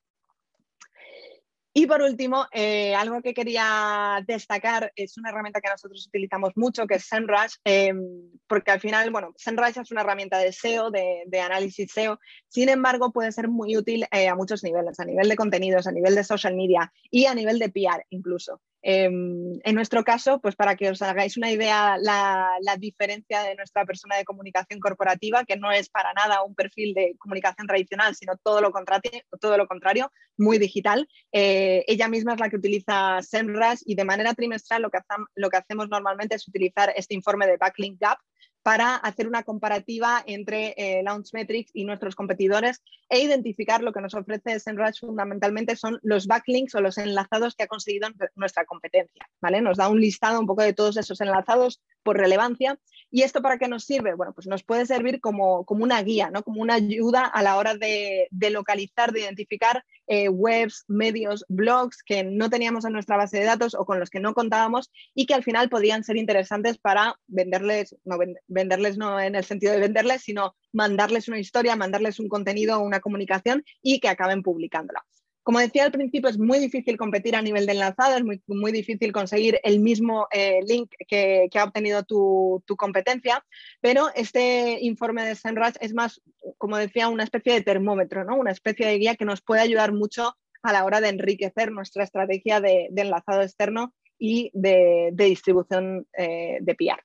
Y por último, eh, algo que quería destacar es una herramienta que nosotros utilizamos mucho, que es SEMrush, eh, porque al final, bueno, SEMrush es una herramienta de S E O, de, de análisis S E O, sin embargo puede ser muy útil eh, a muchos niveles, a nivel de contenidos, a nivel de social media y a nivel de P R incluso. Eh, en nuestro caso, pues para que os hagáis una idea, la, la diferencia de nuestra persona de comunicación corporativa, que no es para nada un perfil de comunicación tradicional, sino todo lo contrario, todo lo contrario muy digital. Eh, ella misma es la que utiliza SEMrush y de manera trimestral lo que, hace, lo que hacemos normalmente es utilizar este informe de Backlink Gap para hacer una comparativa entre eh, Launchmetrics y nuestros competidores e identificar lo que nos ofrece SEMrush fundamentalmente son los backlinks o los enlazados que ha conseguido nuestra competencia, ¿vale? Nos da un listado un poco de todos esos enlazados por relevancia. ¿Y esto para qué nos sirve? Bueno, pues nos puede servir como, como una guía, ¿no? Como una ayuda a la hora de, de localizar, de identificar eh, webs, medios, blogs que no teníamos en nuestra base de datos o con los que no contábamos y que al final podían ser interesantes para venderles, no, venderles no en el sentido de venderles, sino mandarles una historia, mandarles un contenido o una comunicación y que acaben publicándola. Como decía al principio, es muy difícil competir a nivel de enlazado, es muy, muy difícil conseguir el mismo eh, link que, que ha obtenido tu, tu competencia, pero este informe de SEMrush es más, como decía, una especie de termómetro, ¿no? Una especie de guía que nos puede ayudar mucho a la hora de enriquecer nuestra estrategia de, de enlazado externo y de, de distribución eh, de P R.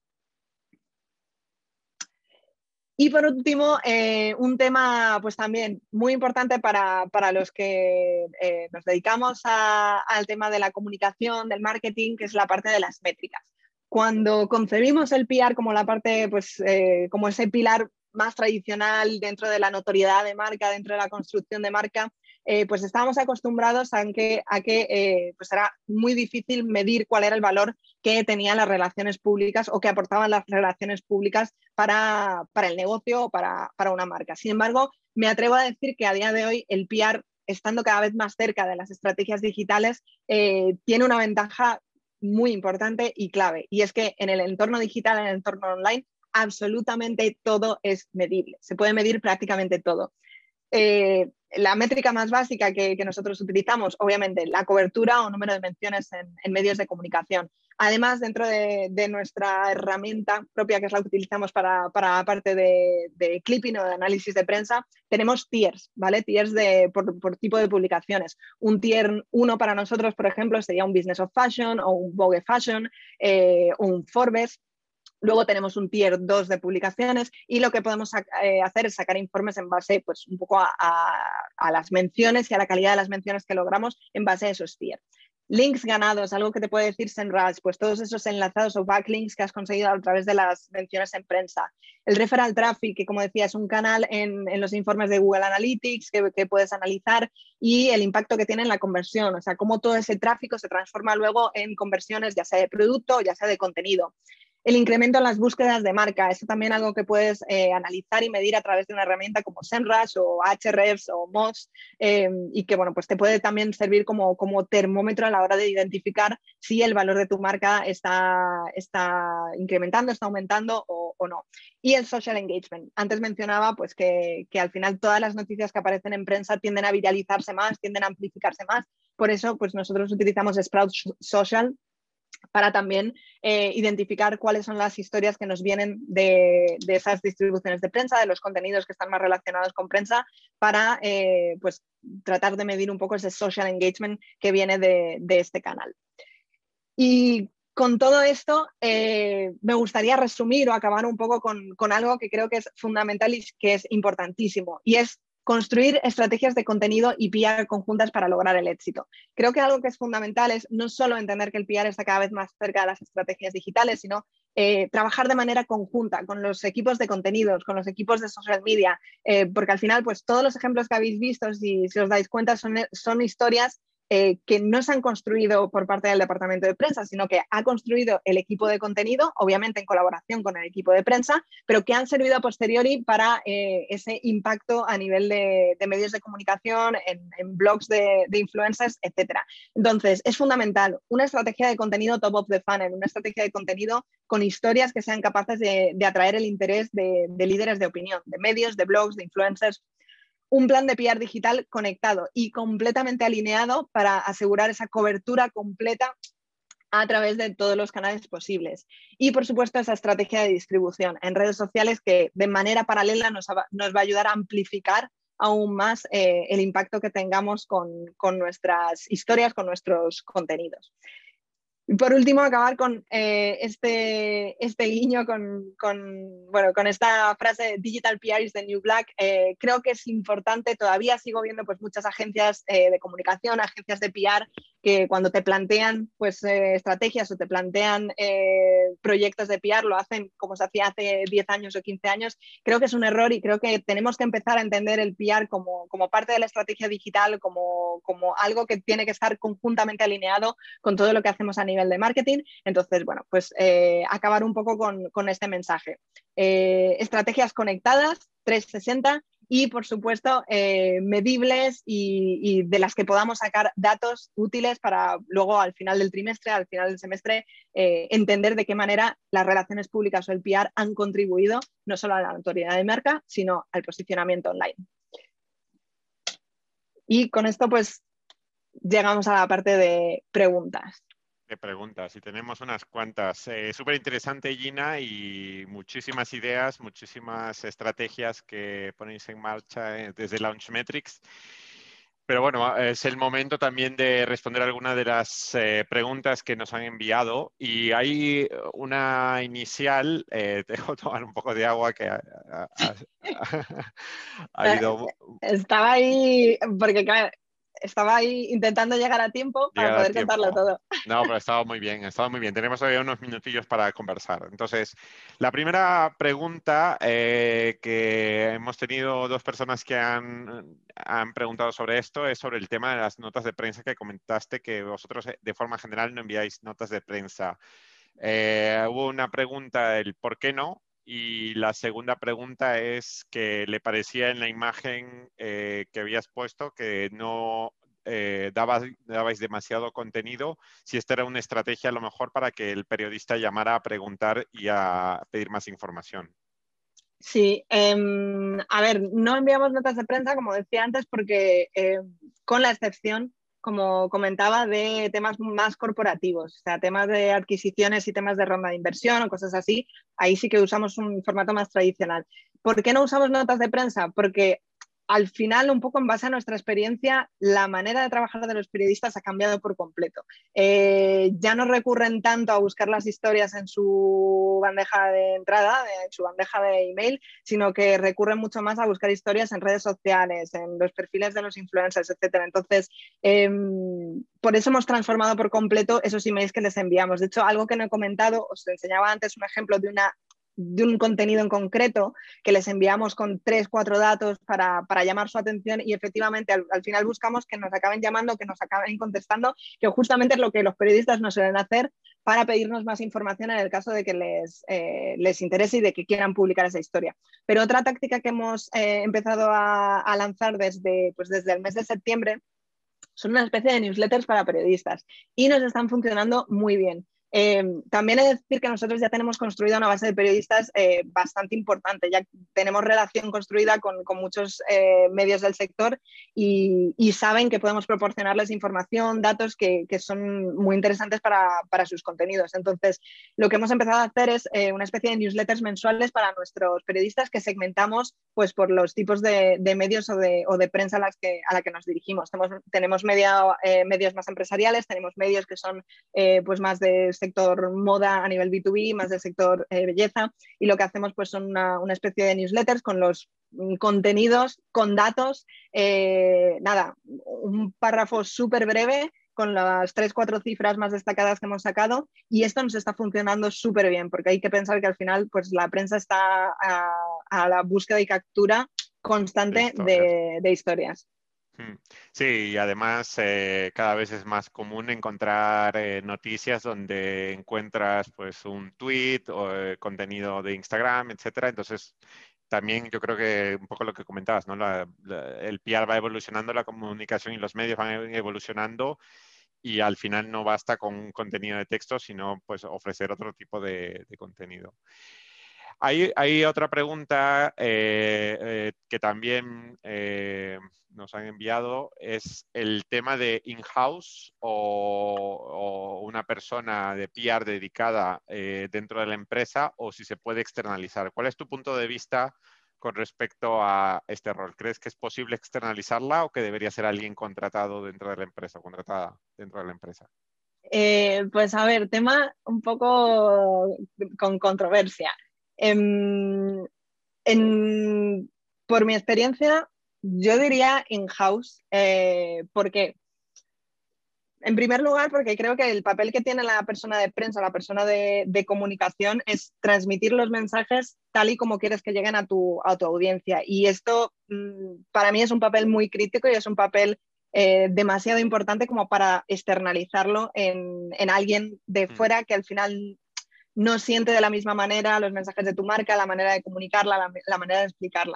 Y por último, eh, un tema pues también muy importante para, para los que eh, nos dedicamos a, al tema de la comunicación, del marketing, que es la parte de las métricas. Cuando concebimos el P R como la parte, pues eh, como ese pilar más tradicional dentro de la notoriedad de marca, dentro de la construcción de marca, eh, pues estábamos acostumbrados a que, a que eh, pues era muy difícil medir cuál era el valor que tenían las relaciones públicas o que aportaban las relaciones públicas para, para el negocio o para, para una marca. Sin embargo, me atrevo a decir que a día de hoy el P R, estando cada vez más cerca de las estrategias digitales, eh, tiene una ventaja muy importante y clave. Y es que en el entorno digital, en el entorno online, absolutamente todo es medible. Se puede medir prácticamente todo. Eh, la métrica más básica que, que nosotros utilizamos, obviamente, la cobertura o número de menciones en, en medios de comunicación. Además, dentro de, de nuestra herramienta propia, que es la que utilizamos para, para parte de, de clipping o de análisis de prensa, tenemos tiers, ¿vale? Tiers de, por, por tipo de publicaciones. Un tier uno para nosotros, por ejemplo, sería un Business of Fashion o un Vogue Fashion eh, o un Forbes. Luego tenemos un tier dos de publicaciones y lo que podemos eh, hacer es sacar informes en base pues, un poco a, a, a las menciones y a la calidad de las menciones que logramos en base a esos tiers. Links ganados, algo que te puede decir SEMrush, pues todos esos enlazados o backlinks que has conseguido a través de las menciones en prensa. El referral traffic, que como decía es un canal en, en los informes de Google Analytics que, que puedes analizar y el impacto que tiene en la conversión, o sea, cómo todo ese tráfico se transforma luego en conversiones ya sea de producto o ya sea de contenido. El incremento en las búsquedas de marca, eso también es algo que puedes eh, analizar y medir a través de una herramienta como SEMrush o Ahrefs o Moz eh, y que bueno, pues te puede también servir como, como termómetro a la hora de identificar si el valor de tu marca está, está incrementando, está aumentando o, o no. Y el social engagement. Antes mencionaba pues, que, que al final todas las noticias que aparecen en prensa tienden a viralizarse más, tienden a amplificarse más. Por eso pues, nosotros utilizamos Sprout Social para también eh, identificar cuáles son las historias que nos vienen de, de esas distribuciones de prensa, de los contenidos que están más relacionados con prensa, para eh, pues, tratar de medir un poco ese social engagement que viene de, de este canal. Y con todo esto, eh, me gustaría resumir o acabar un poco con, con algo que creo que es fundamental y que es importantísimo, y es construir estrategias de contenido y P R conjuntas para lograr el éxito. Creo que algo que es fundamental es no solo entender que el P R está cada vez más cerca de las estrategias digitales, sino eh, trabajar de manera conjunta con los equipos de contenidos, con los equipos de social media, eh, porque al final, pues todos los ejemplos que habéis visto, si, si os dais cuenta, son, son historias Eh, que no se han construido por parte del departamento de prensa, sino que ha construido el equipo de contenido, obviamente en colaboración con el equipo de prensa, pero que han servido a posteriori para eh, ese impacto a nivel de, de medios de comunicación, en, en blogs de, de influencers, etcétera. Entonces, es fundamental una estrategia de contenido top of the funnel, una estrategia de contenido con historias que sean capaces de, de atraer el interés de, de líderes de opinión, de medios, de blogs, de influencers. Un plan de P R digital conectado y completamente alineado para asegurar esa cobertura completa a través de todos los canales posibles. Y, por supuesto, esa estrategia de distribución en redes sociales que de manera paralela nos, nos va a ayudar a amplificar aún más eh, el impacto que tengamos con, con nuestras historias, con nuestros contenidos. Y por último, acabar con eh, este, este guiño, con, con, bueno, con esta frase Digital P R is the new black. Eh, creo que es importante, todavía sigo viendo pues, muchas agencias eh, de comunicación, agencias de P R, que cuando te plantean pues, eh, estrategias o te plantean eh, proyectos de P R, lo hacen como se hacía hace diez años o quince años. Creo que es un error y creo que tenemos que empezar a entender el P R como, como parte de la estrategia digital, como, como algo que tiene que estar conjuntamente alineado con todo lo que hacemos a nivel de marketing. Entonces, bueno, pues eh, acabar un poco con, con este mensaje. Eh, estrategias conectadas, trescientos sesenta, y, por supuesto, eh, medibles y, y de las que podamos sacar datos útiles para luego, al final del trimestre, al final del semestre, eh, entender de qué manera las relaciones públicas o el P R han contribuido no solo a la notoriedad de marca, sino al posicionamiento online. Y con esto, pues, llegamos a la parte de preguntas. De preguntas, y tenemos unas cuantas. Eh, Súper interesante, Gina, y muchísimas ideas, muchísimas estrategias que ponéis en marcha eh, desde Launchmetrics. Pero bueno, es el momento también de responder algunas de las eh, preguntas que nos han enviado. Y hay una inicial, eh, te dejo tomar un poco de agua que ha, ha, ha, ha habido... Estaba ahí, porque claro, estaba ahí intentando llegar a tiempo para Llegar a poder tiempo. contarlo todo. No, pero estaba muy bien, estaba muy bien. Tenemos todavía unos minutillos para conversar. Entonces, la primera pregunta eh, que hemos tenido dos personas que han, han preguntado sobre esto es sobre el tema de las notas de prensa que comentaste que vosotros de forma general no enviáis notas de prensa. Eh, hubo una pregunta del por qué no. Y la segunda pregunta es que le parecía en la imagen eh, que habías puesto que no eh, dabas, dabais demasiado contenido, si esta era una estrategia a lo mejor para que el periodista llamara a preguntar y a pedir más información. Sí, eh, a ver, no enviamos notas de prensa, como decía antes, porque eh, con la excepción, como comentaba, de temas más corporativos, o sea, temas de adquisiciones y temas de ronda de inversión o cosas así, ahí sí que usamos un formato más tradicional. ¿Por qué no usamos notas de prensa? Porque al final, un poco en base a nuestra experiencia, la manera de trabajar de los periodistas ha cambiado por completo. Eh, ya no recurren tanto a buscar las historias en su bandeja de entrada, en su bandeja de email, sino que recurren mucho más a buscar historias en redes sociales, en los perfiles de los influencers, etcétera. Entonces, eh, por eso hemos transformado por completo esos emails que les enviamos. De hecho, algo que no he comentado, os enseñaba antes un ejemplo de una de un contenido en concreto que les enviamos con tres, cuatro datos para, para llamar su atención y efectivamente al, al final buscamos que nos acaben llamando, que nos acaben contestando, que justamente es lo que los periodistas nos suelen hacer para pedirnos más información en el caso de que les, eh, les interese y de que quieran publicar esa historia. Pero otra táctica que hemos eh, empezado a, a lanzar desde, pues desde el mes de septiembre son una especie de newsletters para periodistas y nos están funcionando muy bien. Eh, también he de decir que nosotros ya tenemos construida una base de periodistas eh, bastante importante, ya tenemos relación construida con, con muchos eh, medios del sector y, y saben que podemos proporcionarles información, datos que, que son muy interesantes para, para sus contenidos. Entonces, lo que hemos empezado a hacer es eh, una especie de newsletters mensuales para nuestros periodistas que segmentamos pues, por los tipos de, de medios o de, o de prensa a, las que, a la que nos dirigimos. Tenemos, tenemos media, eh, medios más empresariales, tenemos medios que son eh, pues más de sector moda a nivel B dos B, más del sector eh, belleza, y lo que hacemos pues son una, una especie de newsletters con los contenidos, con datos, eh, nada, un párrafo súper breve con las tres, cuatro cifras más destacadas que hemos sacado, y esto nos está funcionando súper bien, porque hay que pensar que al final pues, la prensa está a, a la búsqueda y captura constante de historias. De, de historias. Sí, y además eh, cada vez es más común encontrar eh, noticias donde encuentras pues un tweet o eh, contenido de Instagram, etcétera. Entonces, también yo creo que un poco lo que comentabas, ¿no? La, la, el P R va evolucionando, la comunicación y los medios van evolucionando, y al final no basta con un contenido de texto, sino pues ofrecer otro tipo de, de contenido. Hay, hay otra pregunta eh, eh, que también eh, nos han enviado, es el tema de in-house o, o una persona de P R dedicada eh, dentro de la empresa, o si se puede externalizar. ¿Cuál es tu punto de vista con respecto a este rol? ¿Crees que es posible externalizarla o que debería ser alguien contratado dentro de la empresa, contratada dentro de la empresa? Eh, pues a ver, tema un poco con controversia. En, en, por mi experiencia, yo diría in-house, eh, porque en primer lugar, porque creo que el papel que tiene la persona de prensa, la persona de, de comunicación, es transmitir los mensajes tal y como quieres que lleguen a tu, a tu audiencia. Y esto mmm, para mí es un papel muy crítico y es un papel eh, demasiado importante como para externalizarlo en, en alguien de fuera que al final no siente de la misma manera los mensajes de tu marca, la manera de comunicarla, la, la manera de explicarla.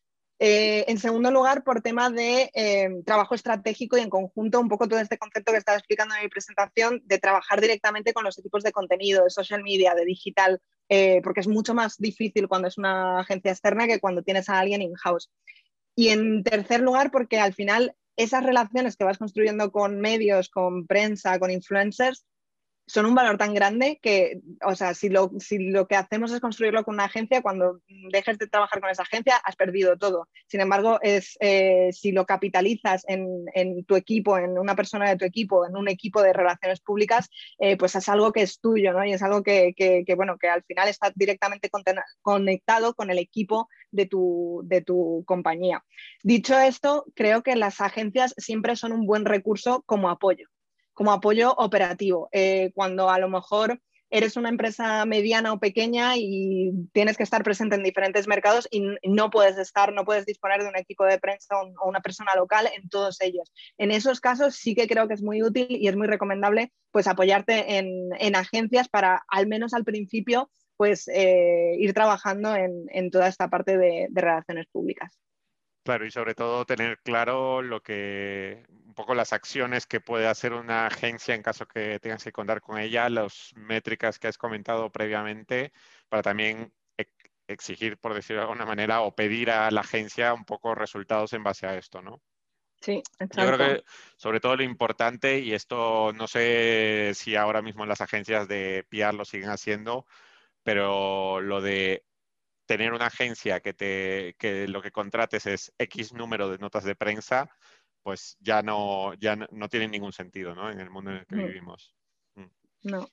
Eh, en segundo lugar, por tema de eh, trabajo estratégico y en conjunto, un poco todo este concepto que estaba explicando en mi presentación, de trabajar directamente con los equipos de contenido, de social media, de digital, eh, porque es mucho más difícil cuando es una agencia externa que cuando tienes a alguien in-house. Y en tercer lugar, porque al final esas relaciones que vas construyendo con medios, con prensa, con influencers, son un valor tan grande que, o sea, si lo, si lo que hacemos es construirlo con una agencia, cuando dejes de trabajar con esa agencia, has perdido todo. Sin embargo, es, eh, si lo capitalizas en, en tu equipo, en una persona de tu equipo, en un equipo de relaciones públicas, eh, pues es algo que es tuyo, ¿no? Y es algo que, que, que, bueno, que al final está directamente conectado con el equipo de tu, de tu compañía. Dicho esto, creo que las agencias siempre son un buen recurso como apoyo. como apoyo operativo. Eh, cuando a lo mejor eres una empresa mediana o pequeña y tienes que estar presente en diferentes mercados y no puedes estar, no puedes disponer de un equipo de prensa o una persona local en todos ellos. En esos casos sí que creo que es muy útil y es muy recomendable pues apoyarte en, en agencias para, al menos al principio, pues eh, ir trabajando en, en toda esta parte de, de relaciones públicas. Claro, y sobre todo tener claro lo que, un poco las acciones que puede hacer una agencia en caso que tengas que contar con ella, las métricas que has comentado previamente, para también exigir, por decirlo de alguna manera, o pedir a la agencia un poco resultados en base a esto, ¿no? Sí, exacto. Yo creo que sobre todo lo importante, y esto no sé si ahora mismo las agencias de P R lo siguen haciendo, pero lo de tener una agencia que, te, que lo que contrates es X número de notas de prensa, pues ya no, ya no, no tiene ningún sentido, ¿no? En el mundo en el que mm. vivimos. No.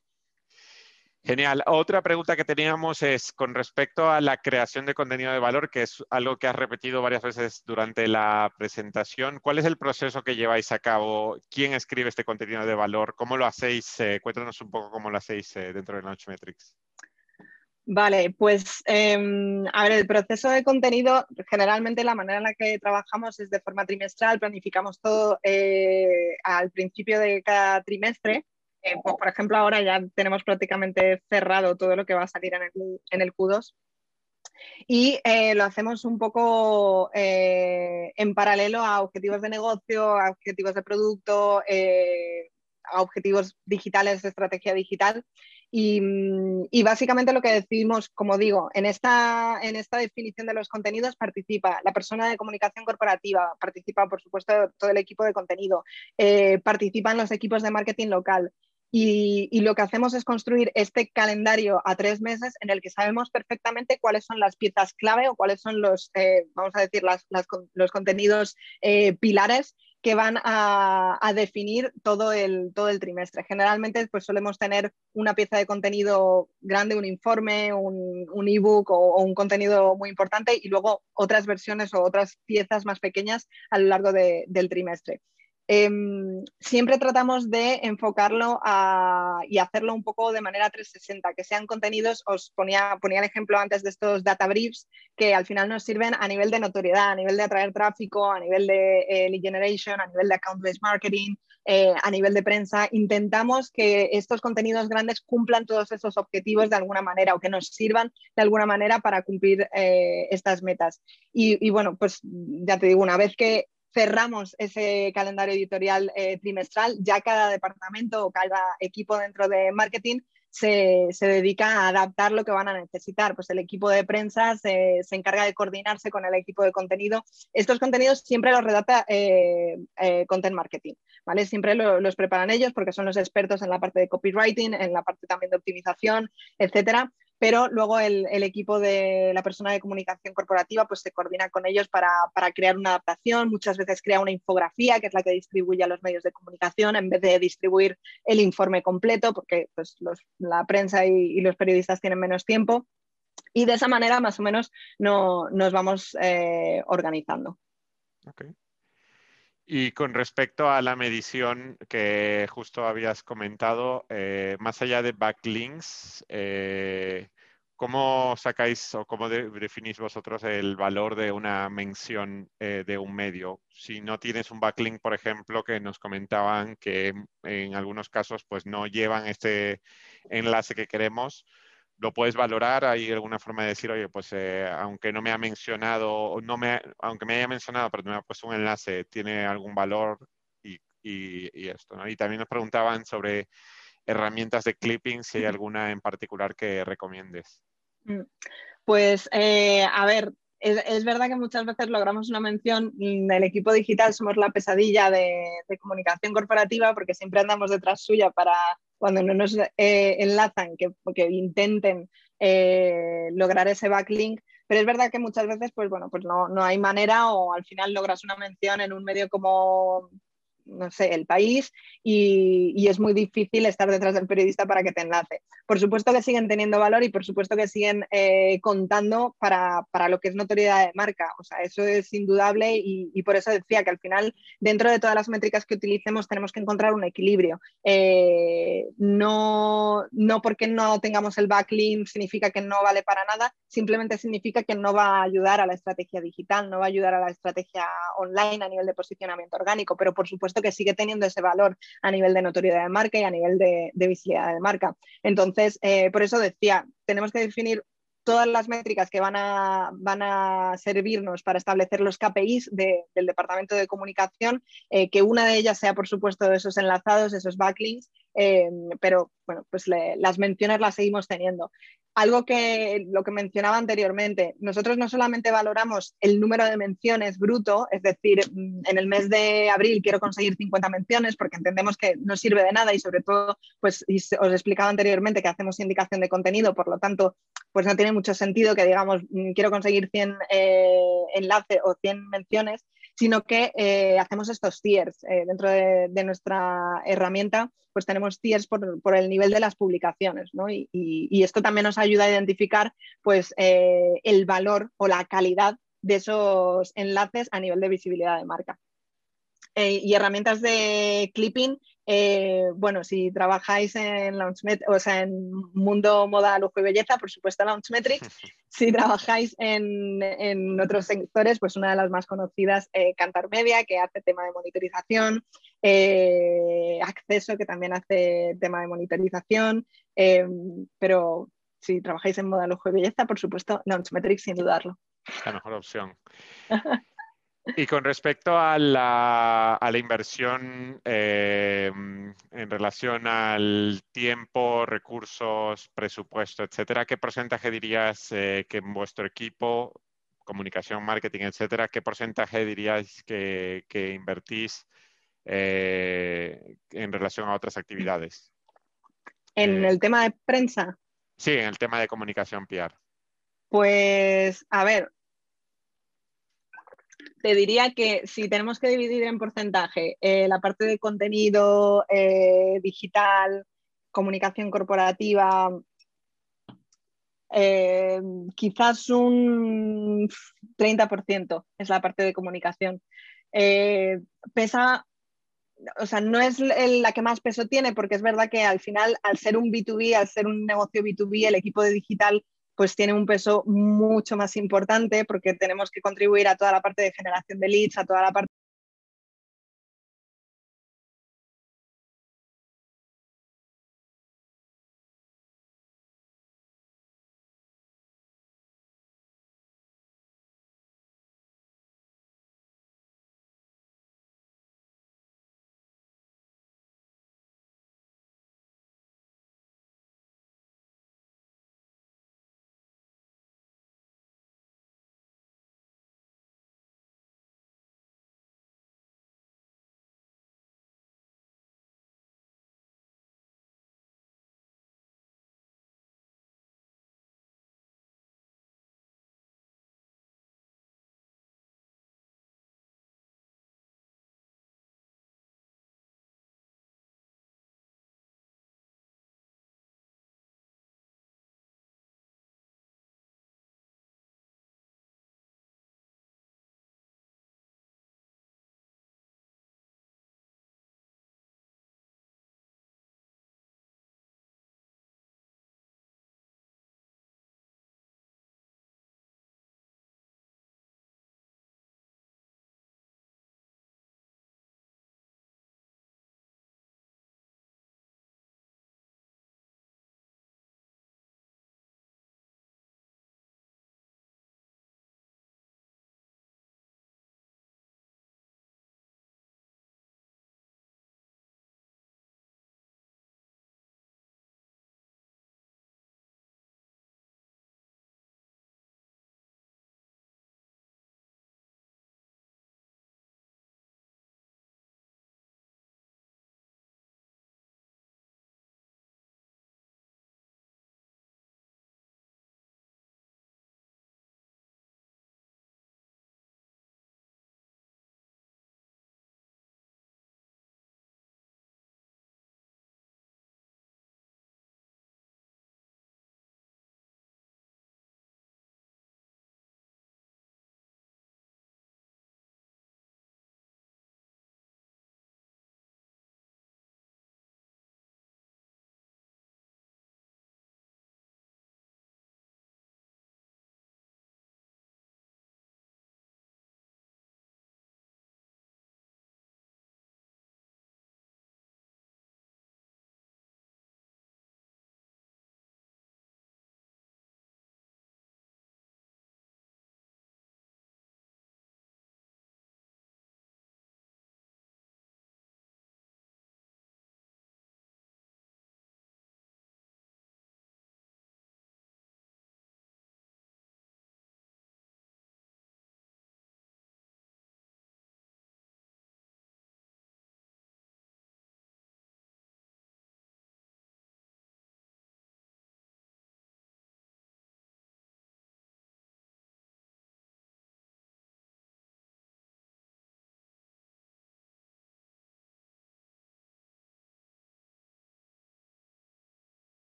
Genial. Otra pregunta que teníamos es con respecto a la creación de contenido de valor, que es algo que has repetido varias veces durante la presentación. ¿Cuál es el proceso que lleváis a cabo? ¿Quién escribe este contenido de valor? ¿Cómo lo hacéis? Eh, cuéntanos un poco cómo lo hacéis eh, dentro de Launchmetrics. Vale, pues eh, a ver, el proceso de contenido, generalmente la manera en la que trabajamos es de forma trimestral, planificamos todo eh, al principio de cada trimestre. Eh, pues, por ejemplo, ahora ya tenemos prácticamente cerrado todo lo que va a salir en el, en el Q dos. Y eh, lo hacemos un poco eh, en paralelo a objetivos de negocio, a objetivos de producto, eh, a objetivos digitales de estrategia digital. Y, y, básicamente lo que decidimos, como digo, en esta, en esta definición de los contenidos participa la persona de comunicación corporativa, participa, por supuesto, todo el equipo de contenido, eh, participan los equipos de marketing local. Y, y lo que hacemos es construir este calendario a tres meses en el que sabemos perfectamente cuáles son las piezas clave o cuáles son los, eh, vamos a decir, las, las, los contenidos eh, pilares que van a, a definir todo el, todo el trimestre. Generalmente pues, solemos tener una pieza de contenido grande, un informe, un, un ebook o, o un contenido muy importante y luego otras versiones o otras piezas más pequeñas a lo largo de, del trimestre. Eh, siempre tratamos de enfocarlo a, y hacerlo un poco de manera trescientos sesenta, que sean contenidos, os ponía, ponía el ejemplo antes de estos data briefs, que al final nos sirven a nivel de notoriedad, a nivel de atraer tráfico, a nivel de eh, lead generation, a nivel de account-based marketing, eh, a nivel de prensa. Intentamos que estos contenidos grandes cumplan todos esos objetivos de alguna manera o que nos sirvan de alguna manera para cumplir eh, estas metas. Y, y bueno, pues ya te digo, una vez que cerramos ese calendario editorial eh, trimestral, ya cada departamento o cada equipo dentro de marketing se, se dedica a adaptar lo que van a necesitar. Pues el equipo de prensa se, se encarga de coordinarse con el equipo de contenido. Estos contenidos siempre los redacta eh, eh, Content Marketing, ¿vale? Siempre lo, los preparan ellos porque son los expertos en la parte de copywriting, en la parte también de optimización, etcétera. Pero luego el, el, equipo de la persona de comunicación corporativa pues se coordina con ellos para, para crear una adaptación. Muchas veces crea una infografía que es la que distribuye a los medios de comunicación en vez de distribuir el informe completo porque pues, los, la prensa y, y los periodistas tienen menos tiempo y de esa manera más o menos no, nos vamos eh, organizando. Okay. Y con respecto a la medición que justo habías comentado, eh, más allá de backlinks, eh, ¿cómo sacáis o cómo de, definís vosotros el valor de una mención eh, de un medio? Si no tienes un backlink, por ejemplo, que nos comentaban que en algunos casos pues, no llevan este enlace que queremos, ¿lo puedes valorar? ¿Hay alguna forma de decir, oye, pues eh, aunque no me ha mencionado, no me, aunque me haya mencionado, pero no me ha puesto un enlace, tiene algún valor y, y, y esto, ¿no? Y también nos preguntaban sobre herramientas de clipping, si hay alguna en particular que recomiendes. Pues, eh, a ver, es, es verdad que muchas veces logramos una mención del equipo digital, somos la pesadilla de, de comunicación corporativa porque siempre andamos detrás suya para cuando no nos eh, enlazan, que, que intenten eh, lograr ese backlink. Pero es verdad que muchas veces, pues bueno, pues no, no hay manera o al final logras una mención en un medio como, no sé, El País y, y es muy difícil estar detrás del periodista para que te enlace. Por supuesto que siguen teniendo valor y por supuesto que siguen eh, contando para, para lo que es notoriedad de marca. O sea, eso es indudable y, y por eso decía que al final, dentro de todas las métricas que utilicemos, tenemos que encontrar un equilibrio. Eh, no, no porque no tengamos el backlink significa que no vale para nada, simplemente significa que no va a ayudar a la estrategia digital, no va a ayudar a la estrategia online a nivel de posicionamiento orgánico, pero por supuesto que sigue teniendo ese valor a nivel de notoriedad de marca y a nivel de, de visibilidad de marca. Entonces, eh, por eso decía, tenemos que definir todas las métricas que van a, van a servirnos para establecer los K P Is de, del departamento de comunicación, eh, que una de ellas sea, por supuesto, esos enlazados, esos backlinks, eh, pero bueno, pues le, las menciones las seguimos teniendo. Algo que lo que mencionaba anteriormente, nosotros no solamente valoramos el número de menciones bruto, es decir, en el mes de abril quiero conseguir cincuenta menciones porque entendemos que no sirve de nada y sobre todo, pues os explicaba anteriormente que hacemos indicación de contenido, por lo tanto, pues no tiene mucho sentido que digamos quiero conseguir cien eh, enlaces o cien menciones, sino que eh, hacemos estos tiers eh, dentro de, de nuestra herramienta, pues tenemos tiers por, por el nivel de las publicaciones, ¿no? Y, y, y esto también nos ayuda a identificar pues, eh, el valor o la calidad de esos enlaces a nivel de visibilidad de marca. Eh, y herramientas de clipping, eh, bueno, si trabajáis en Launchmetrics, o sea, en mundo moda, lujo y belleza, por supuesto Launchmetrics. Si trabajáis en, en otros sectores, pues una de las más conocidas, eh, Kantar Media, que hace tema de monitorización, eh, Acceso, que también hace tema de monitorización, eh, pero si trabajáis en moda, lujo y belleza, por supuesto Launchmetrics, sin dudarlo. La mejor opción. Y con respecto a la, a la inversión eh, en relación al tiempo, recursos, presupuesto, etcétera, ¿qué porcentaje dirías eh, que en vuestro equipo, comunicación, marketing, etcétera, qué porcentaje diríais que, que invertís eh, en relación a otras actividades? En Eh, el tema de prensa. sí, en el tema de comunicación P R. Pues, a ver, te diría que si tenemos que dividir en porcentaje eh, la parte de contenido eh, digital, comunicación corporativa, eh, quizás un treinta por ciento es la parte de comunicación. Eh, pesa, o sea, no es la que más peso tiene, porque es verdad que al final, al ser un B dos B, al ser un negocio B dos B, el equipo de digital pues tiene un peso mucho más importante, porque tenemos que contribuir a toda la parte de generación de leads, a toda la parte